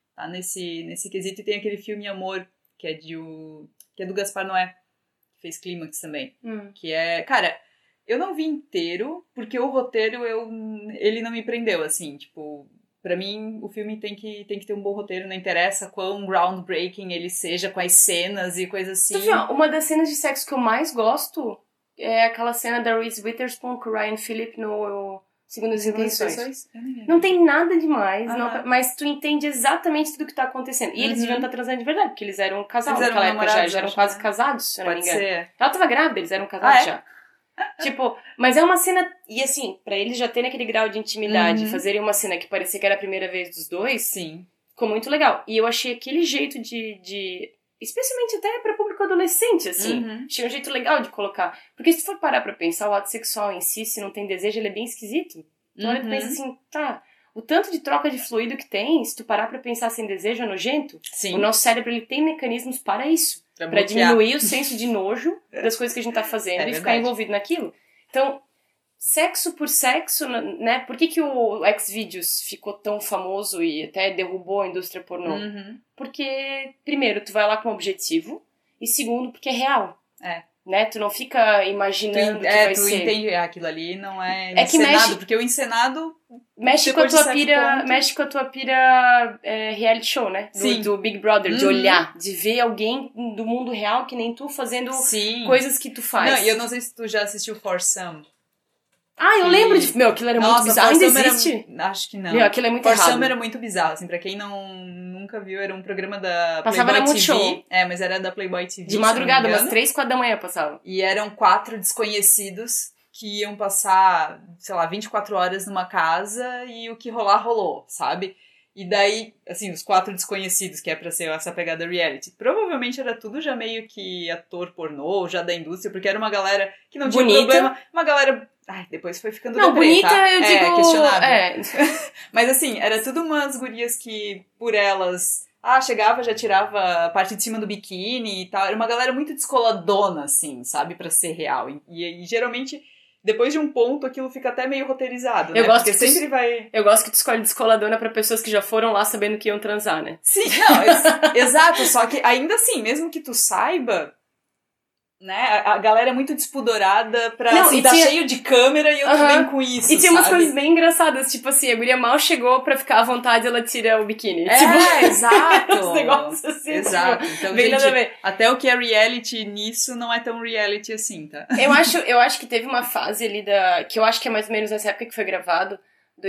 nesse quesito. E tem aquele filme Amor, que é do Gaspar Noé, que fez Clímax também. Que é... Cara, eu não vi inteiro, porque o roteiro, ele não me prendeu, assim, tipo... Pra mim, o filme tem que ter um bom roteiro, não interessa quão groundbreaking ele seja, com as cenas e coisas assim. Então, uma das cenas de sexo que eu mais gosto é aquela cena da Reese Witherspoon com o Ryan Phillip no Segundas Intenções. Não tem nada demais, mas tu entende exatamente tudo que tá acontecendo. E eles deviam estar transando de verdade, porque eles eram um casal naquela época já, eles eram quase casados, se eu não me engano. Ser. Ela tava grávida, eles eram casados já. Tipo, mas é uma cena... E assim, pra eles já terem aquele grau de intimidade, fazerem uma cena que parecia que era a primeira vez dos dois, sim, ficou muito legal. E eu achei aquele jeito de especialmente até pra público adolescente, assim. Achei um jeito legal de colocar. Porque se tu for parar pra pensar, o ato sexual em si, se não tem desejo, ele é bem esquisito. Então tu pensa assim, o tanto de troca de fluido que tem, se tu parar pra pensar sem desejo, é nojento. Sim. O nosso cérebro, ele tem mecanismos para isso. Pra diminuir o senso de nojo das coisas que a gente tá fazendo e ficar envolvido naquilo. Então, sexo por sexo, né? Por que o Xvideos ficou tão famoso e até derrubou a indústria pornô? Porque, primeiro, tu vai lá com um objetivo, e segundo, porque é real. Né? Tu não fica imaginando que vai ser. Tu entende, aquilo ali não é encenado, porque o encenado... Mexe com a tua pira reality show, né? Do Big Brother, de olhar, de ver alguém do mundo real que nem tu fazendo coisas que tu faz. Não, e eu não sei se tu já assistiu For Some. Eu lembro de... Meu, aquilo era muito bizarro. Ainda existe? Acho que não. Meu, aquilo é muito errado. For Some era muito bizarro, assim, pra quem nunca viu, era um programa da passava Playboy na TV. Multishow. Mas era da Playboy TV. De madrugada, umas 3, 4 da manhã passava. E eram 4 desconhecidos que iam passar, sei lá, 24 horas numa casa e o que rolar, rolou, sabe? E daí, assim, os 4 desconhecidos, que é pra ser essa pegada reality, provavelmente era tudo já meio que ator pornô, já da indústria, porque era uma galera que não tinha problema. Uma galera... depois foi ficando não, deprê, bonita, tá? eu digo... Questionável. Mas assim, era tudo umas gurias que, por elas... chegava, já tirava a parte de cima do biquíni e tal. Era uma galera muito descoladona, assim, sabe? Pra ser real. E geralmente... Depois de um ponto, aquilo fica até meio roteirizado, né? Porque sempre vai... Eu gosto que tu escolhe descoladona pra pessoas que já foram lá sabendo que iam transar, né? Sim, não, exato. Só que ainda assim, mesmo que tu saiba, né? A galera é muito despudorada pra... tá cheio de câmera e eu também com isso, e tinha umas coisas bem engraçadas, tipo assim, a guria mal chegou pra ficar à vontade, ela tira o biquíni. Exato. Os negócios assim. Exato. Tipo, então, bem gente, nada a ver. até o que é reality nisso não é tão reality assim, tá? Eu acho que teve uma fase ali que eu acho que é mais ou menos nessa época que foi gravado,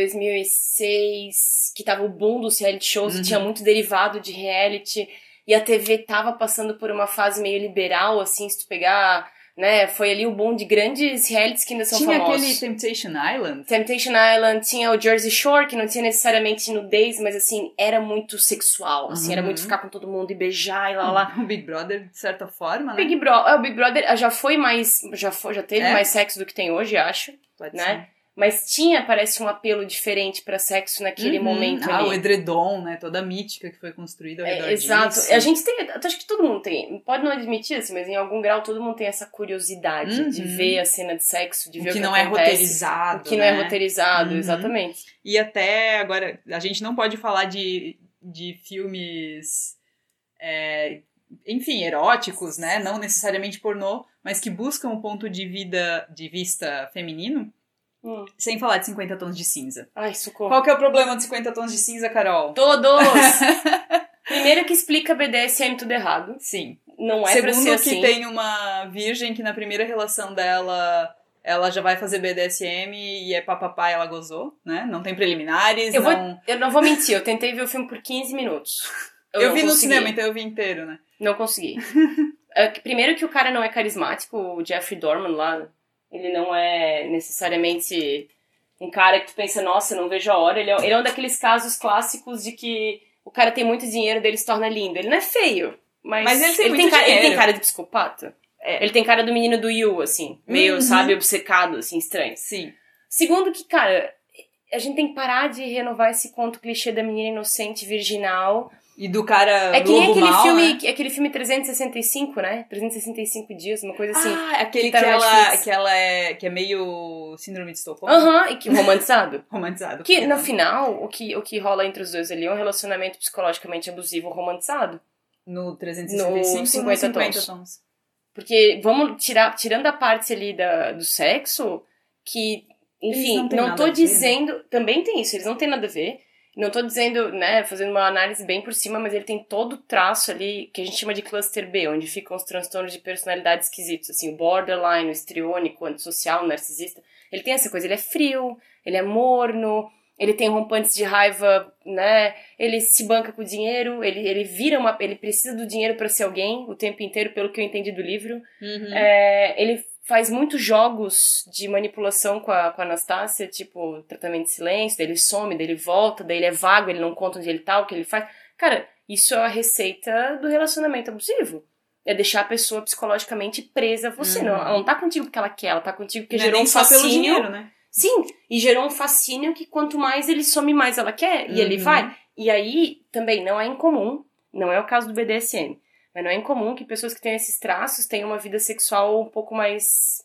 2006, que tava o boom dos reality shows, e tinha muito derivado de reality... E a TV tava passando por uma fase meio liberal, assim, se tu pegar, né? Foi ali o boom de grandes realities que ainda são famosos. Tinha aquele Temptation Island. Temptation Island, tinha o Jersey Shore, que não tinha necessariamente nudez, mas assim, era muito sexual, assim, era muito ficar com todo mundo e beijar e lá. O Big Brother, de certa forma, né? O Big Brother já foi mais, já teve mais sexo do que tem hoje, acho. Pode né? ser. Mas parece um apelo diferente pra sexo naquele momento ali. O edredom, né? Toda a mítica que foi construída ao redor exato. disso. A gente tem... Acho que todo mundo tem. Pode não admitir, assim, mas em algum grau todo mundo tem essa curiosidade de ver a cena de sexo, de ver o que não acontece. É roteirizado, o que não é roteirizado, exatamente. E até agora, a gente não pode falar de filmes... enfim, eróticos, né? Não necessariamente pornô, mas que buscam um ponto de vista feminino. Sem falar de 50 Tons de Cinza. Ai, socorro. Qual que é o problema de 50 Tons de Cinza, Carol? Todos! Primeiro que explica BDSM tudo errado. Sim. Não é pra ser assim. Segundo que tem uma virgem que na primeira relação dela... Ela já vai fazer BDSM e é papapá e ela gozou, né? Não tem preliminares, Eu não vou mentir, eu tentei ver o filme por 15 minutos. Eu vi no cinema, então eu vi inteiro, né? Não consegui. Primeiro que o cara não é carismático, o Jeffrey Dorman lá, ele não é necessariamente um cara que tu pensa, nossa, não vejo a hora. Ele é um daqueles casos clássicos de que o cara tem muito dinheiro, dele se torna lindo. Ele não é feio, mas ele tem cara, ele tem cara de psicopata. Ele tem cara do menino do You, assim, meio, sabe, obcecado, assim, estranho. Sim. Segundo que, cara, a gente tem que parar de renovar esse conto clichê da menina inocente, virginal. E do cara é que nem aquele mal, filme, né? Aquele filme 365, né? 365 dias, uma coisa assim. Ah, aquele que é meio síndrome de Estocolmo. Aham, e que romantizado. Romantizado. Que no final, o que rola entre os dois ali é um relacionamento psicologicamente abusivo romantizado. No 365 no 50 tons. Porque tirando a parte ali do sexo, que, enfim, não tô dizendo... Né? Também tem isso, eles não têm nada a ver. Não tô dizendo, né, fazendo uma análise bem por cima, mas ele tem todo o traço ali que a gente chama de cluster B, onde ficam os transtornos de personalidade esquisitos, assim, o borderline, o histriônico, o antissocial, o narcisista. Ele tem essa coisa, ele é frio, ele é morno, ele tem rompantes de raiva, né, ele se banca com o dinheiro, ele precisa do dinheiro pra ser alguém o tempo inteiro, pelo que eu entendi do livro. Ele faz muitos jogos de manipulação com a Anastácia, tipo, tratamento de silêncio, daí ele some, daí ele volta, daí ele é vago, ele não conta onde ele tá, o que ele faz. Cara, isso é a receita do relacionamento abusivo. É deixar a pessoa psicologicamente presa a você. Não, ela não tá contigo porque ela quer, ela tá contigo porque gerou um fascínio. Pelo dinheiro, né? Sim, e gerou um fascínio que quanto mais ele some, mais ela quer, e ele vai. E aí, também, não é incomum, não é o caso do BDSM, mas não é incomum que pessoas que têm esses traços tenham uma vida sexual um pouco mais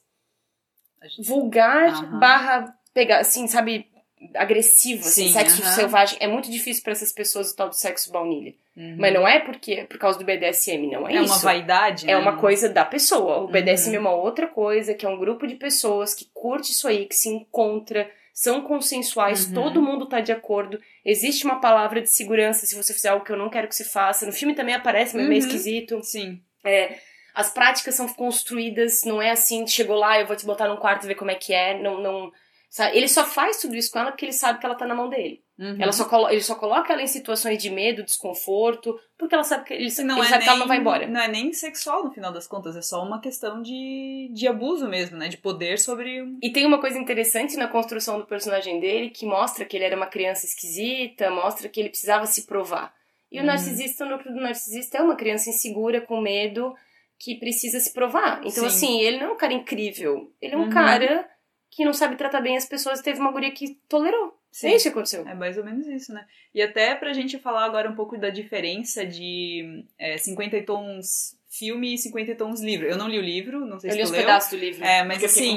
vulgar, pegar, assim, sabe, agressiva, assim, sexo selvagem. É muito difícil pra essas pessoas o tal do sexo baunilha. Mas não é por causa do BDSM, não é isso. É uma vaidade, né? É uma coisa da pessoa. O BDSM é uma outra coisa, que é um grupo de pessoas que curte isso aí, que se encontra, são consensuais, todo mundo tá de acordo. Existe uma palavra de segurança se você fizer algo que eu não quero que se faça. No filme também aparece, mas é meio esquisito. Sim. As práticas são construídas, não é assim, chegou lá, eu vou te botar num quarto e ver como é que é. Não, sabe? Ele só faz tudo isso com ela porque ele sabe que ela tá na mão dele. Ele só coloca ela em situações de medo, desconforto, porque ela sabe que ele sabe que ela não vai embora. Não é nem sexual no final das contas, é só uma questão de abuso mesmo, né? De poder sobre... E tem uma coisa interessante na construção do personagem dele, que mostra que ele era uma criança esquisita, mostra que ele precisava se provar. E o narcisista, o núcleo do narcisista é uma criança insegura, com medo, que precisa se provar. Então, assim, ele não é um cara incrível, ele é um cara que não sabe tratar bem as pessoas e teve uma guria que tolerou. Sim. É isso que aconteceu. É mais ou menos isso, né? E até pra gente falar agora um pouco da diferença de 50 tons filme e 50 tons livro. Eu não li o livro, não sei se tu leu. Eu li os pedaços do livro. Mas assim...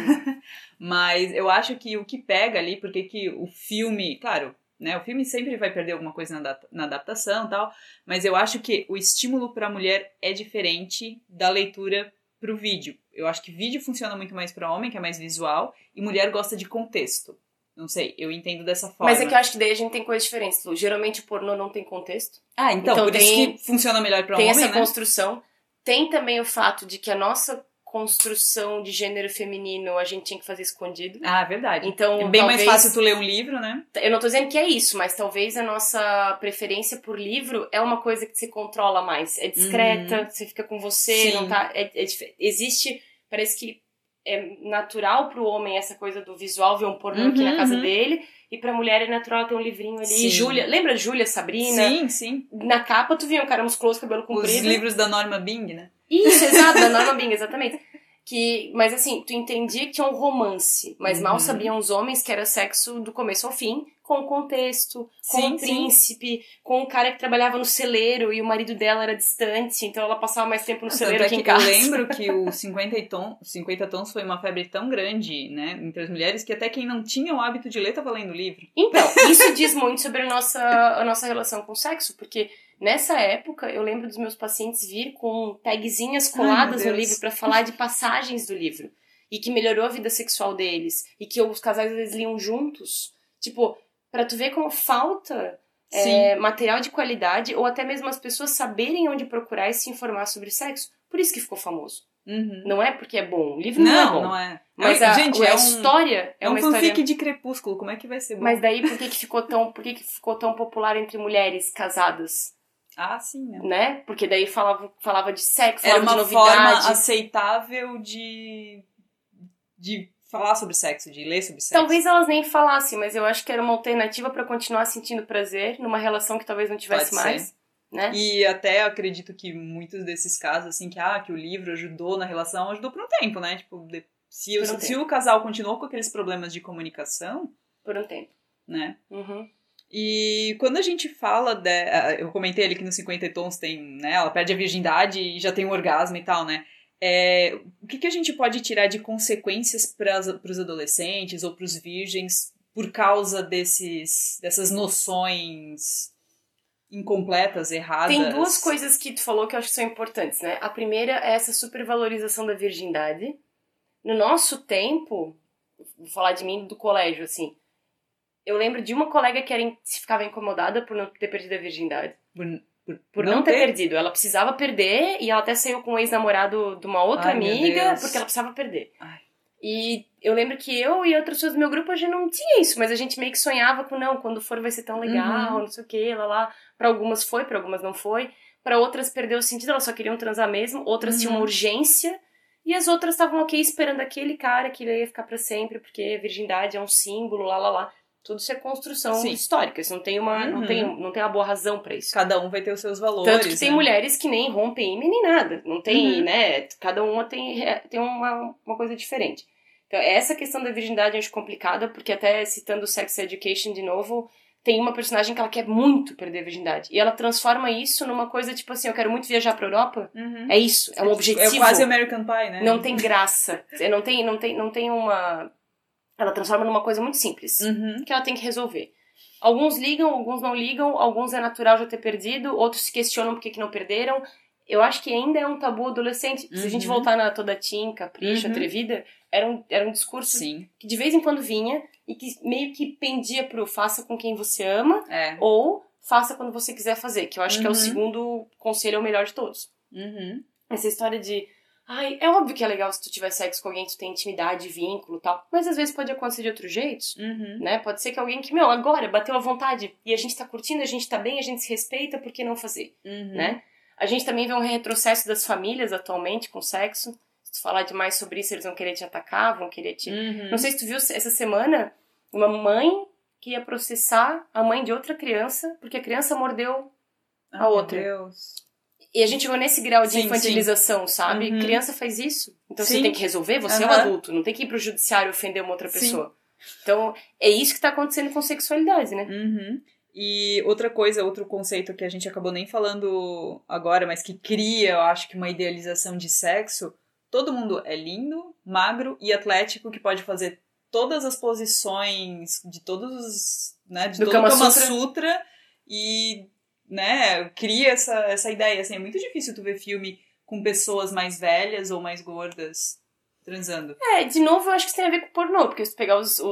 mas eu acho que o que pega ali, porque que o filme... Claro, né? O filme sempre vai perder alguma coisa na adaptação e tal, mas eu acho que o estímulo pra mulher é diferente da leitura pro vídeo. Eu acho que vídeo funciona muito mais pra homem, que é mais visual, e mulher gosta de contexto. Não sei, eu entendo dessa forma. Mas é que eu acho que daí a gente tem coisas diferentes, Lu. Geralmente o pornô não tem contexto. Então por isso que funciona melhor pra homem, né? Tem essa construção. Tem também o fato de que a nossa construção de gênero feminino a gente tinha que fazer escondido. Verdade. Então, é bem mais fácil tu ler um livro, né? Eu não tô dizendo que é isso, mas talvez a nossa preferência por livro é uma coisa que se controla mais. É discreta, você fica com você, não tá... Existe, parece que é natural pro homem essa coisa do visual, ver um pornô aqui na casa dele, e pra mulher é natural ter um livrinho ali. Sim. Júlia, lembra Júlia, Sabrina? Sim. Na capa tu via um cara musculoso, cabelo comprido. Os livros da Norma Bing, né? Isso, exato, da Norma Bing, exatamente. Mas assim, tu entendia que tinha um romance, mas mal sabiam os homens que era sexo do começo ao fim, com o contexto, com o príncipe, com o cara que trabalhava no celeiro e o marido dela era distante, então ela passava mais tempo no celeiro que em casa. Eu lembro que o 50 tons foi uma febre tão grande, né, entre as mulheres, que até quem não tinha o hábito de ler estava lendo o livro. Então, isso diz muito sobre a nossa relação com o sexo, porque nessa época eu lembro dos meus pacientes vir com tagzinhas coladas no livro para falar de passagens do livro, e que melhorou a vida sexual deles, e que os casais às vezes liam juntos, tipo... Pra tu ver como falta material de qualidade, ou até mesmo as pessoas saberem onde procurar e se informar sobre sexo. Por isso que ficou famoso. Não é porque é bom. O livro não é bom. Não é. Mas gente, a história é uma história... fanfic de Crepúsculo. Como é que vai ser bom? Mas daí, por que ficou tão popular entre mulheres casadas? Ah, sim, né? Né? Porque daí falava de sexo, Era falava uma de novidade. forma aceitável de falar sobre sexo, de ler sobre sexo. Talvez elas nem falassem, mas eu acho que era uma alternativa pra continuar sentindo prazer numa relação que talvez não tivesse Pode mais. ser. Né? E até acredito que muitos desses casos, assim, que o livro ajudou na relação, ajudou por um tempo, né? Tipo, se o casal continuou com aqueles problemas de comunicação... Por um tempo. Né? Uhum. E quando a gente fala eu comentei ali que nos 50 tons tem, né? Ela perde a virgindade e já tem um orgasmo e tal, né? O que a gente pode tirar de consequências para os adolescentes ou para os virgens por causa dessas noções incompletas, erradas? Tem duas coisas que tu falou que eu acho que são importantes, né? A primeira é essa supervalorização da virgindade. No nosso tempo, vou falar de mim do colégio, assim, eu lembro de uma colega que ficava incomodada por não ter perdido a virgindade. Por não ter perdido. Ela precisava perder e ela até saiu com um ex-namorado de uma outra amiga porque ela precisava perder. Ai. E eu lembro que eu e outras pessoas do meu grupo, a gente não tinha isso, mas a gente meio que sonhava com, não, quando for vai ser tão legal, não sei o que, lá. Pra algumas foi, pra algumas não foi. Pra outras perdeu o sentido, elas só queriam transar mesmo. Outras tinham uma urgência. E as outras estavam ok esperando aquele cara que ele ia ficar pra sempre, porque a virgindade é um símbolo, lá. Tudo isso é construção histórica, isso não tem não tem uma boa razão pra isso. Cada um vai ter os seus valores. Tanto que tem mulheres que nem rompem ímã nem nada. Não tem, né? Cada uma tem uma coisa diferente. Então, essa questão da virgindade eu acho complicada, porque até citando Sex Education de novo, tem uma personagem que ela quer muito perder a virgindade. E ela transforma isso numa coisa tipo assim, eu quero muito viajar pra Europa. É isso, é um objetivo. É quase American Pie, né? Não tem graça. Não tem uma... Ela transforma numa coisa muito simples, que ela tem que resolver. Alguns ligam, alguns não ligam, alguns é natural já ter perdido, outros se questionam por que não perderam. Eu acho que ainda é um tabu adolescente. Se a gente voltar na Toda Teen, Capricho, Atrevida, era um discurso que de vez em quando vinha e que meio que pendia pro faça com quem você ama ou faça quando você quiser fazer, que eu acho que é o segundo conselho, é o melhor de todos. Essa história de ai, é óbvio que é legal se tu tiver sexo com alguém que tu tem intimidade, vínculo e tal, mas às vezes pode acontecer de outros jeitos, né? Pode ser que alguém que, agora bateu à vontade e a gente tá curtindo, a gente tá bem, a gente se respeita, por que não fazer, né? A gente também vê um retrocesso das famílias atualmente com sexo. Se tu falar demais sobre isso, eles vão querer te atacar, vão querer te... Não sei se tu viu essa semana uma mãe que ia processar a mãe de outra criança porque a criança mordeu a outra. Meu Deus. E a gente chegou nesse grau de infantilização, sabe? Criança faz isso. Então você tem que resolver, você é um adulto. Não tem que ir pro judiciário ofender uma outra pessoa. Então, é isso que tá acontecendo com sexualidade, né? E outra coisa, outro conceito que a gente acabou nem falando agora, mas que cria, eu acho que uma idealização de sexo. Todo mundo é lindo, magro e atlético, que pode fazer todas as posições de todos os... né, de todo o Kama Sutra e... né, cria essa ideia, assim, é muito difícil tu ver filme com pessoas mais velhas ou mais gordas transando. De novo, eu acho que isso tem a ver com pornô, porque se tu pegar os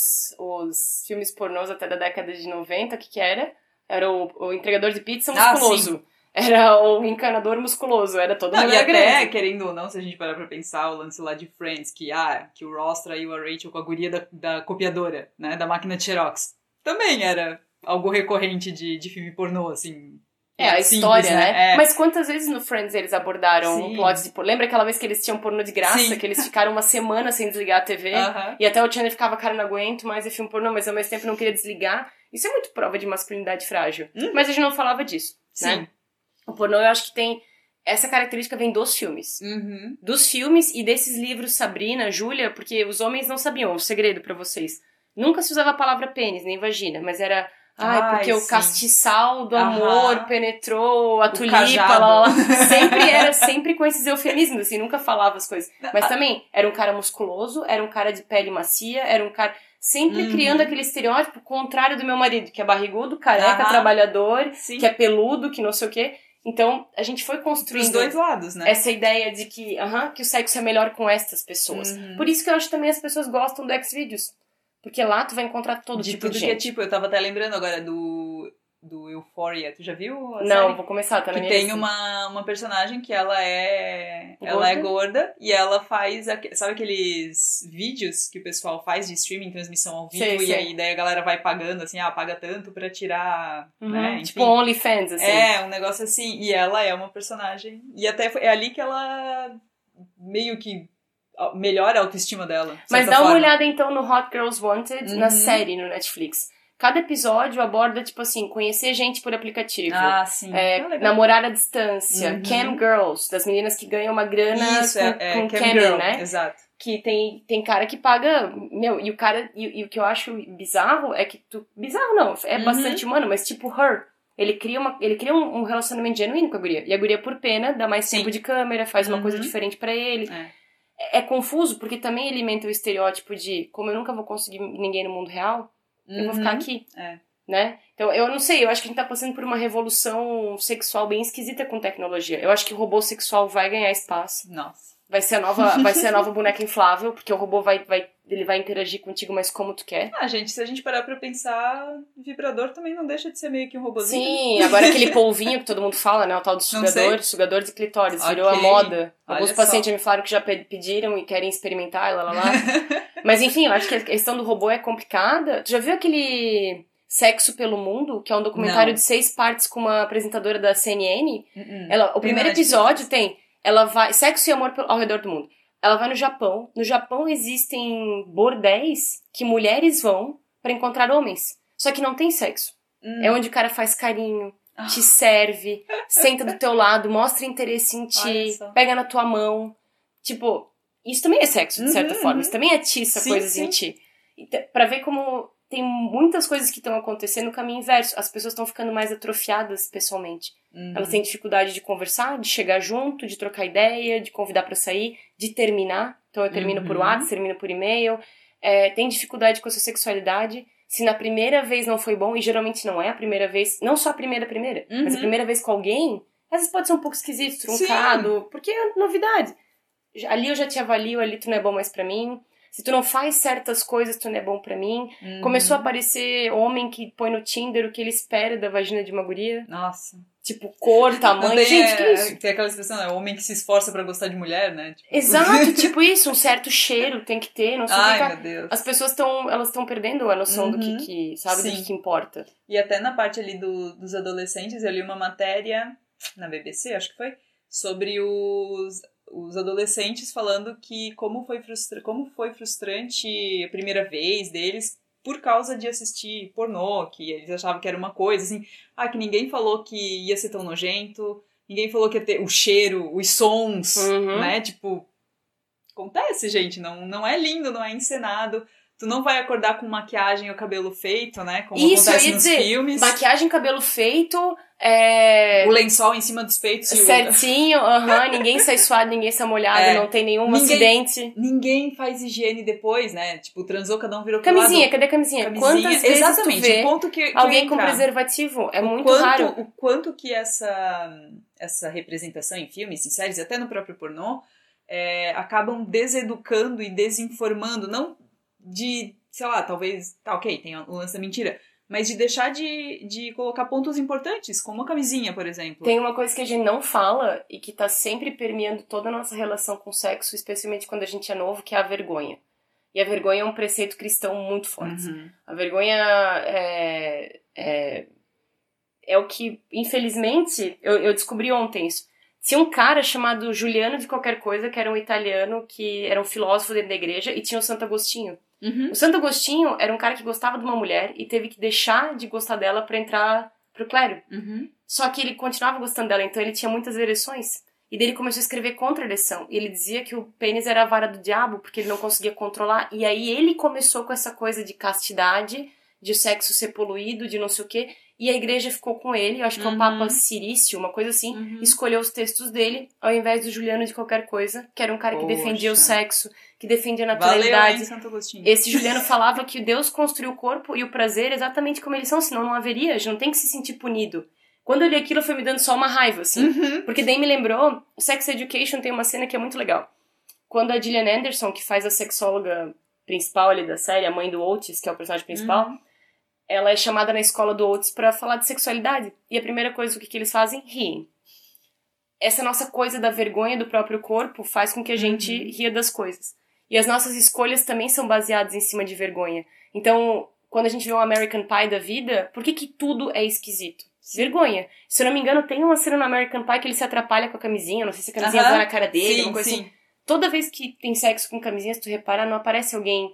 filmes pornôs até da década de 90, o que era? Era o entregador de pizza musculoso. Era o encanador musculoso, era todo mundo e até, grande. Querendo ou não, se a gente parar pra pensar, o lance lá de Friends, que o Ross traiu a Rachel com a guria da copiadora, né, da máquina de Xerox. Também era algo recorrente de filme pornô, assim. A simples, história, né? Mas quantas vezes no Friends eles abordaram um plot de pornô? Lembra aquela vez que eles tinham pornô de graça? Que eles ficaram uma semana sem desligar a TV? E até o Chandler ficava, cara, não aguento mais filme pornô, mas ao mesmo tempo não queria desligar. Isso é muito prova de masculinidade frágil. Mas a gente não falava disso, né? O pornô, eu acho que tem... Essa característica vem dos filmes. Dos filmes e desses livros, Sabrina, Júlia, porque os homens não sabiam. O segredo pra vocês. Nunca se usava a palavra pênis, nem vagina, mas era... porque o castiçal do amor penetrou a tulipa, sempre com esses eufemismos, assim, nunca falava as coisas. Mas também, era um cara musculoso, era um cara de pele macia, era um cara... Sempre criando aquele estereótipo contrário do meu marido, que é barrigudo, careca, trabalhador, que é peludo, que não sei o quê. Então, a gente foi construindo... Dos dois lados, né? Essa ideia de que o sexo é melhor com estas pessoas. Por isso que eu acho que também as pessoas gostam do Xvideos. Porque lá tu vai encontrar todo tipo de gente. Eu tava até lembrando agora do Euphoria. Tu já viu a Não, série? vou começar, tá na Que minha tem lista. uma personagem que ela é Gorda? gorda e ela faz, sabe aqueles vídeos que o pessoal faz de streaming, transmissão ao vivo, Sei, e sei. aí daí a galera vai pagando, assim, paga tanto pra tirar, né, Tipo enfim. OnlyFans, assim. É, um negócio assim, e ela é uma personagem, e até é ali que ela meio que melhora a autoestima dela, de Mas certa dá uma forma. olhada então no Hot Girls Wanted, na Uhum. série no Netflix. Cada episódio aborda, tipo assim, conhecer gente por aplicativo. Ah, sim. Legal. Namorar à distância. Uhum. Cam Girls, das meninas que ganham uma grana Isso, com Cam camming, Girl, né? exato. Que tem cara que paga... Meu, e o cara... E o que eu acho bizarro é que Bizarro não, é bastante humano, mas tipo Her. Ele cria um relacionamento genuíno com a guria. E a guria, por pena, dá mais Sim. tempo de câmera, faz uma coisa diferente pra ele. É confuso, porque também alimenta o estereótipo de como eu nunca vou conseguir ninguém no mundo real, eu vou ficar aqui. Né? Então, eu não sei, eu acho que a gente tá passando por uma revolução sexual bem esquisita com tecnologia. Eu acho que o robô sexual vai ganhar espaço. Nossa. Vai ser a nova boneca inflável, porque o robô ele vai interagir contigo, mas como tu quer. Gente, se a gente parar pra pensar, vibrador também não deixa de ser meio que um robôzinho. Sim, agora aquele polvinho que todo mundo fala, né? O tal do sugador de clitóris, virou a moda. Alguns pacientes já me falaram que já pediram e querem experimentar, lá. Mas enfim, eu acho que a questão do robô é complicada. Tu já viu aquele Sexo pelo Mundo, que é um documentário de 6 partes com uma apresentadora da CNN? O primeiro episódio tem... Ela vai... Sexo e amor ao redor do mundo. Ela vai no Japão. No Japão existem bordéis que mulheres vão pra encontrar homens. Só que não tem sexo. É onde o cara faz carinho, te serve, senta do teu lado, mostra interesse em ti, pega na tua mão. Tipo, isso também é sexo, de certa forma. Isso também atiça coisas em ti. Pra ver como tem muitas coisas que estão acontecendo no caminho inverso. As pessoas estão ficando mais atrofiadas pessoalmente. Elas têm dificuldade de conversar, de chegar junto, de trocar ideia, de convidar pra sair, de terminar. Então eu termino por WhatsApp, termino por e-mail. Tem dificuldade com a sua sexualidade. Se na primeira vez não foi bom, e geralmente não é a primeira vez, não só a primeira, mas a primeira vez com alguém, às vezes pode ser um pouco esquisito, truncado, porque é novidade. Ali eu já te avalio, ali tu não é bom mais pra mim. Se tu não faz certas coisas, tu não é bom pra mim. Começou a aparecer homem que põe no Tinder o que ele espera da vagina de uma guria. Nossa. Tipo, cor, tamanho. Gente, que isso? Tem aquela expressão, né? Homem que se esforça pra gostar de mulher, né? Tipo... Exato, tipo isso. Um certo cheiro tem que ter, não sei o que. Meu Deus. As pessoas estão perdendo a noção do que sabe, do que importa. E até na parte ali dos adolescentes, eu li uma matéria, na BBC, acho que foi, sobre os adolescentes falando que como foi frustrante a primeira vez deles por causa de assistir pornô, que eles achavam que era uma coisa, assim, que ninguém falou que ia ser tão nojento, ninguém falou que ia ter o cheiro, os sons, né, tipo, acontece, gente, não é lindo, não é encenado. Tu não vai acordar com maquiagem ou cabelo feito, né? Como acontece nos filmes. Maquiagem, cabelo feito, o lençol em cima dos peitos. Certinho, ninguém sai suado, ninguém sai molhado, não tem nenhum acidente. Ninguém faz higiene depois, né? Tipo, transou, cada um virou pro lado. Camisinha, cadê a camisinha? Quantas vezes exatamente, tu vê o ponto que alguém com preservativo? É muito raro. O quanto que essa representação em filmes, em séries, até no próprio pornô, acabam deseducando e desinformando, não de, sei lá, talvez, ok, tem o lance da mentira, mas de deixar de colocar pontos importantes, como a camisinha, por exemplo. Tem uma coisa que a gente não fala e que tá sempre permeando toda a nossa relação com o sexo, especialmente quando a gente é novo, que é a vergonha. E a vergonha é um preceito cristão muito forte. A vergonha é o que, infelizmente, eu descobri ontem isso. Tinha um cara chamado Juliano de qualquer coisa, que era um italiano, que era um filósofo dentro da igreja, e tinha o Santo Agostinho. O Santo Agostinho era um cara que gostava de uma mulher e teve que deixar de gostar dela pra entrar pro clero. Só que ele continuava gostando dela, então ele tinha muitas ereções. E daí ele começou a escrever contra a ereção. E ele dizia que o pênis era a vara do diabo, porque ele não conseguia controlar. E aí ele começou com essa coisa de castidade, de sexo ser poluído, de não sei o quê. E a igreja ficou com ele, eu acho que é o Papa Cirício, uma coisa assim, escolheu os textos dele, ao invés do Juliano de qualquer coisa, que era um cara que defendia o sexo, que defendia a naturalidade. Valeu, hein, Santo Agostinho. Esse Juliano falava que Deus construiu o corpo e o prazer exatamente como eles são, senão não haveria, a gente não tem que se sentir punido. Quando eu li aquilo, foi me dando só uma raiva, assim. Porque daí me lembrou, o Sex Education tem uma cena que é muito legal. Quando a Gillian Anderson, que faz a sexóloga principal ali da série, a mãe do Otis, que é o personagem principal, ela é chamada na escola do Oates pra falar de sexualidade. E a primeira coisa, o que eles fazem? Riem. Essa nossa coisa da vergonha do próprio corpo faz com que a gente ria das coisas. E as nossas escolhas também são baseadas em cima de vergonha. Então, quando a gente vê um American Pie da vida, por que tudo é esquisito? Vergonha. Se eu não me engano, tem uma cena no American Pie que ele se atrapalha com a camisinha, não sei se a camisinha vai na cara dele, uma coisa assim. Toda vez que tem sexo com camisinha, se tu reparar, não aparece alguém...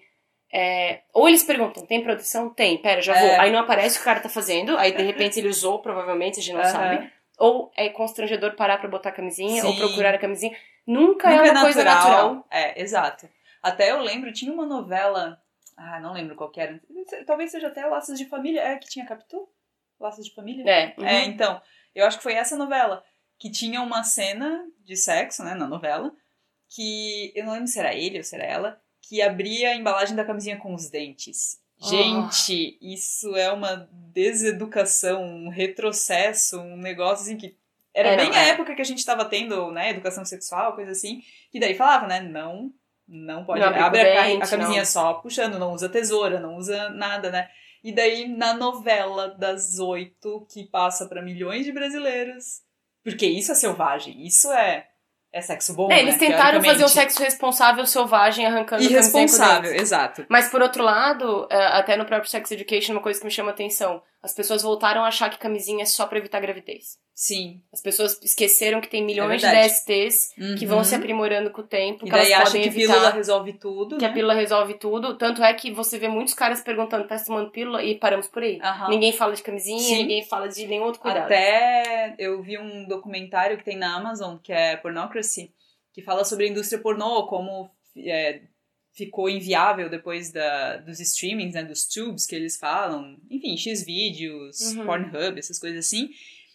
ou eles perguntam, tem proteção? Tem, pera, já vou. Aí não aparece o que o cara tá fazendo, aí de repente ele usou, provavelmente, a gente não sabe. Ou é constrangedor parar pra botar a camisinha, ou procurar a camisinha. Nunca é uma coisa natural. Exato. Até eu lembro, tinha uma novela... não lembro qual que era. Talvez seja até Laços de Família. Que tinha Capitu? Laços de Família? Então, eu acho que foi essa novela. Que tinha uma cena de sexo, né, na novela. Que, eu não lembro se era ele ou se era ela, que abria a embalagem da camisinha com os dentes. Gente, isso é uma deseducação, um retrocesso, um negócio assim que... Era bem a época que a gente tava tendo, né, educação sexual, coisa assim. Que daí falava, né, não pode... Abre a camisinha só puxando, não usa tesoura, não usa nada, né? E daí, na novela das 8, que passa pra milhões de brasileiros... Porque isso é selvagem, isso é sexo bom, eles tentaram fazer um sexo responsável selvagem, arrancando irresponsável, exato. Mas, por outro lado, até no próprio Sex Education, uma coisa que me chama a atenção, as pessoas voltaram a achar que camisinha é só pra evitar gravidez. Sim. As pessoas esqueceram que tem milhões de DSTs que vão se aprimorando com o tempo, e que elas podem evitar. Que a pílula resolve tudo, que a pílula resolve tudo. Tanto é que você vê muitos caras perguntando, tá tomando pílula? E paramos por aí. Ninguém fala de camisinha, ninguém fala de nenhum outro cuidado. Até eu vi um documentário que tem na Amazon, que é Pornocracy, que fala sobre a indústria pornô, como ficou inviável depois dos streamings, né, dos tubes que eles falam, enfim, Xvideos, Pornhub, essas coisas assim,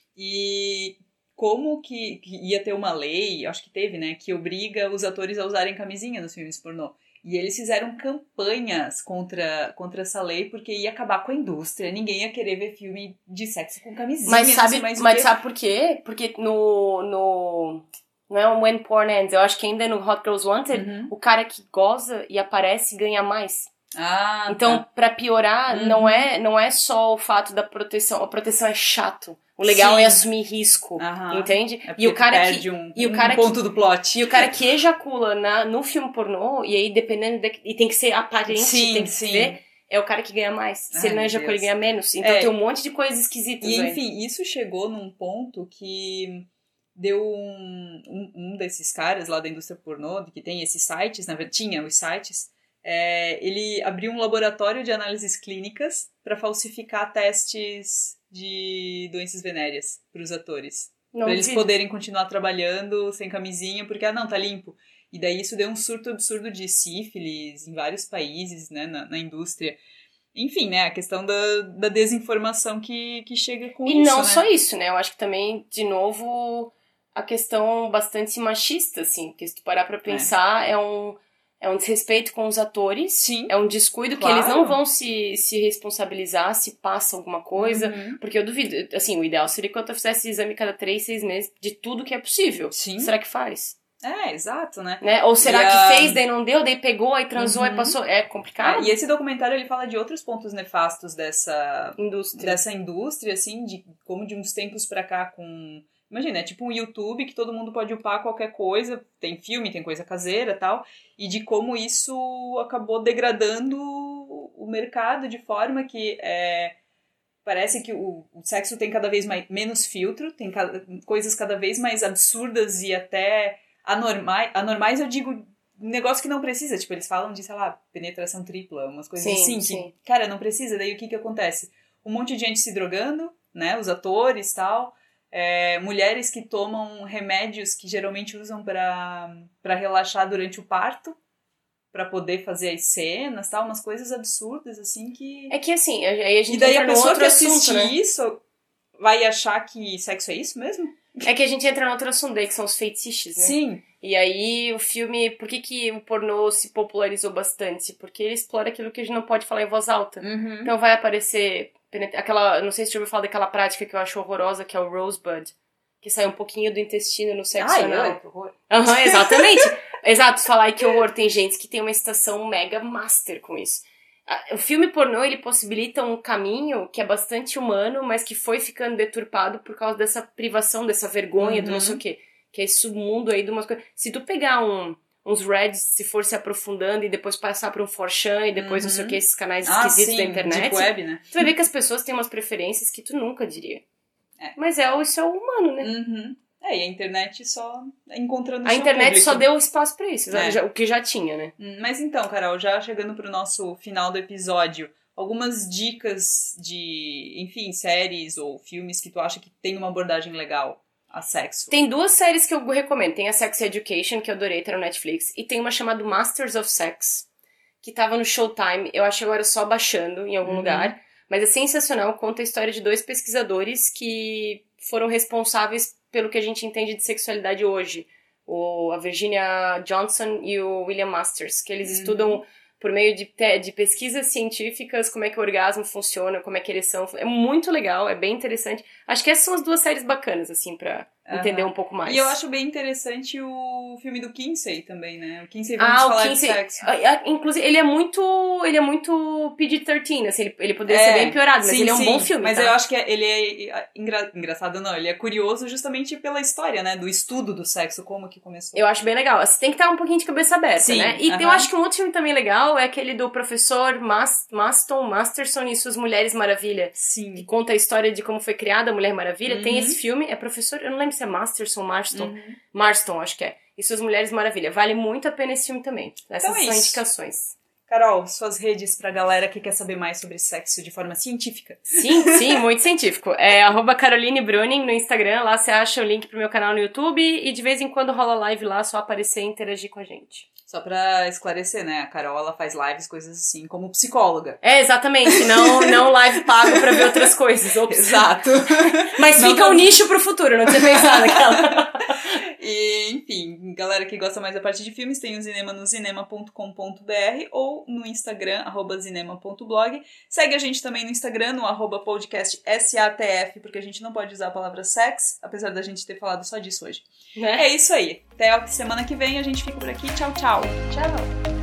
e como que ia ter uma lei, acho que teve, né, que obriga os atores a usarem camisinha nos filmes pornô. E eles fizeram campanhas contra essa lei, porque ia acabar com a indústria. Ninguém ia querer ver filme de sexo com camisinha. Mas sabe por quê? Porque no não é um When Porn Ends, eu acho que ainda no Hot Girls Wanted, o cara que goza e aparece ganha mais. Então, pra piorar, não é só o fato da proteção. A proteção é chato. O legal é assumir risco, entende? E o cara perde ponto do plot. E o cara que ejacula no filme pornô, e aí dependendo e tem que ser aparente, tem que ser, é o cara que ganha mais. Se ele não ejacula, ele ganha menos. Então tem um monte de coisas esquisitas. E enfim, isso chegou num ponto que deu um desses caras lá da indústria pornô, que tem esses sites, na verdade, tinha os sites, ele abriu um laboratório de análises clínicas para falsificar testes de doenças venéreas para os atores. Para eles poderem continuar trabalhando sem camisinha, porque, não, tá limpo. E daí isso deu um surto absurdo de sífilis em vários países, né, na indústria. Enfim, né, a questão da desinformação que chega com isso, E não né? só isso, né, eu acho que também, de novo, a questão bastante machista, assim, porque se tu parar pra pensar, é um desrespeito com os atores. Sim. É um descuido que eles não vão se responsabilizar se passa alguma coisa. Porque eu duvido. Assim, o ideal seria que eu fizesse exame cada 3, 6 meses de tudo que é possível. Sim. Será que faz? Exato, né? Ou será que fez, daí não deu, daí pegou, aí transou, aí passou. É complicado. E esse documentário, ele fala de outros pontos nefastos dessa indústria, assim, de como de uns tempos pra cá com... Imagina, é tipo um YouTube que todo mundo pode upar qualquer coisa, tem filme, tem coisa caseira e tal, e de como isso acabou degradando o mercado de forma que parece que o sexo tem cada vez menos filtro, tem coisas cada vez mais absurdas e até anormais, eu digo, negócio que não precisa, tipo, eles falam de, sei lá, penetração tripla, umas coisas assim, que, cara, não precisa, daí o que acontece? Um monte de gente se drogando, né, os atores e tal... mulheres que tomam remédios que geralmente usam pra relaxar durante o parto, pra poder fazer as cenas, tal, umas coisas absurdas, assim, que... É que, assim, aí a gente e daí entra a pessoa outro que assunto, assiste né? isso vai achar que sexo é isso mesmo? É que a gente entra no outro assunto aí, que são os fetiches, né? Sim. E aí o filme... Por que o pornô se popularizou bastante? Porque ele explora aquilo que a gente não pode falar em voz alta. Então vai aparecer... não sei se você ouviu falar daquela prática que eu acho horrorosa, que é o Rosebud, que sai um pouquinho do intestino no sexo anal. Que horror. Exatamente. Exato, falar que horror. Tem gente que tem uma excitação mega master com isso. O filme pornô, ele possibilita um caminho que é bastante humano, mas que foi ficando deturpado por causa dessa privação, dessa vergonha, do não sei o quê. Que é esse submundo aí de umas coisas. Se tu pegar uns Reddits, se for se aprofundando e depois passar pra um 4chan e depois não sei o que, esses canais esquisitos da internet, deep web, né? tu vai ver que as pessoas têm umas preferências que tu nunca diria. Mas isso é o humano, né? E a internet só encontrando a seu internet público. Só deu espaço pra isso, o que já tinha, né? Mas então, Carol, já chegando pro nosso final do episódio, algumas dicas de, enfim, séries ou filmes que tu acha que tem uma abordagem legal a sexo? Tem 2 séries que eu recomendo. Tem a Sex Education, que eu adorei, tá no Netflix, e tem uma chamada Masters of Sex, que tava no Showtime. Eu acho agora só baixando em algum lugar, mas é sensacional. Conta a história de 2 pesquisadores que foram responsáveis pelo que a gente entende de sexualidade hoje. A Virginia Johnson e o William Masters, que eles estudam por meio de pesquisas científicas como é que o orgasmo funciona, como é que a ereção... É muito legal, é bem interessante. Acho que essas são as 2 séries bacanas, assim, pra entender um pouco mais. E eu acho bem interessante o filme do Kinsey também, né? O Kinsey, vamos falar de sexo. Inclusive, ele é muito PG-13, assim, ele poderia ser bem piorado, mas ele é um bom filme, mas tá? eu acho que ele é engraçado, não, ele é curioso justamente pela história, né? Do estudo do sexo, como que começou. Eu acho bem legal. Você tem que estar um pouquinho de cabeça aberta, né? E eu acho que um outro filme também legal é aquele do professor Masterson e suas Mulheres Maravilha. Sim. Que conta a história de como foi criada a Mulher Maravilha. Tem esse filme, é professor, eu não lembro se é Masterson, Marston, acho que é. E suas Mulheres Maravilha. Vale muito a pena esse filme também. Essas são indicações. Carol, suas redes pra galera que quer saber mais sobre sexo de forma científica. Sim, muito científico. É @Caroline Bruning no Instagram, lá você acha o link pro meu canal no YouTube e de vez em quando rola live lá, só aparecer e interagir com a gente. Só pra esclarecer, né? A Carol, ela faz lives, coisas assim, como psicóloga. Exatamente. Não live pago pra ver outras coisas. Ops. Exato. Mas fica um nicho pro futuro, não tinha pensado naquela. E, enfim, galera que gosta mais da parte de filmes, tem o Zinema no zinema.com.br ou no Instagram, @zinema.blog. Segue a gente também no Instagram, no @podcastsatf, porque a gente não pode usar a palavra sex, apesar da gente ter falado só disso hoje. É isso aí. Até a semana que vem, a gente fica por aqui. Tchau, tchau. Tchau.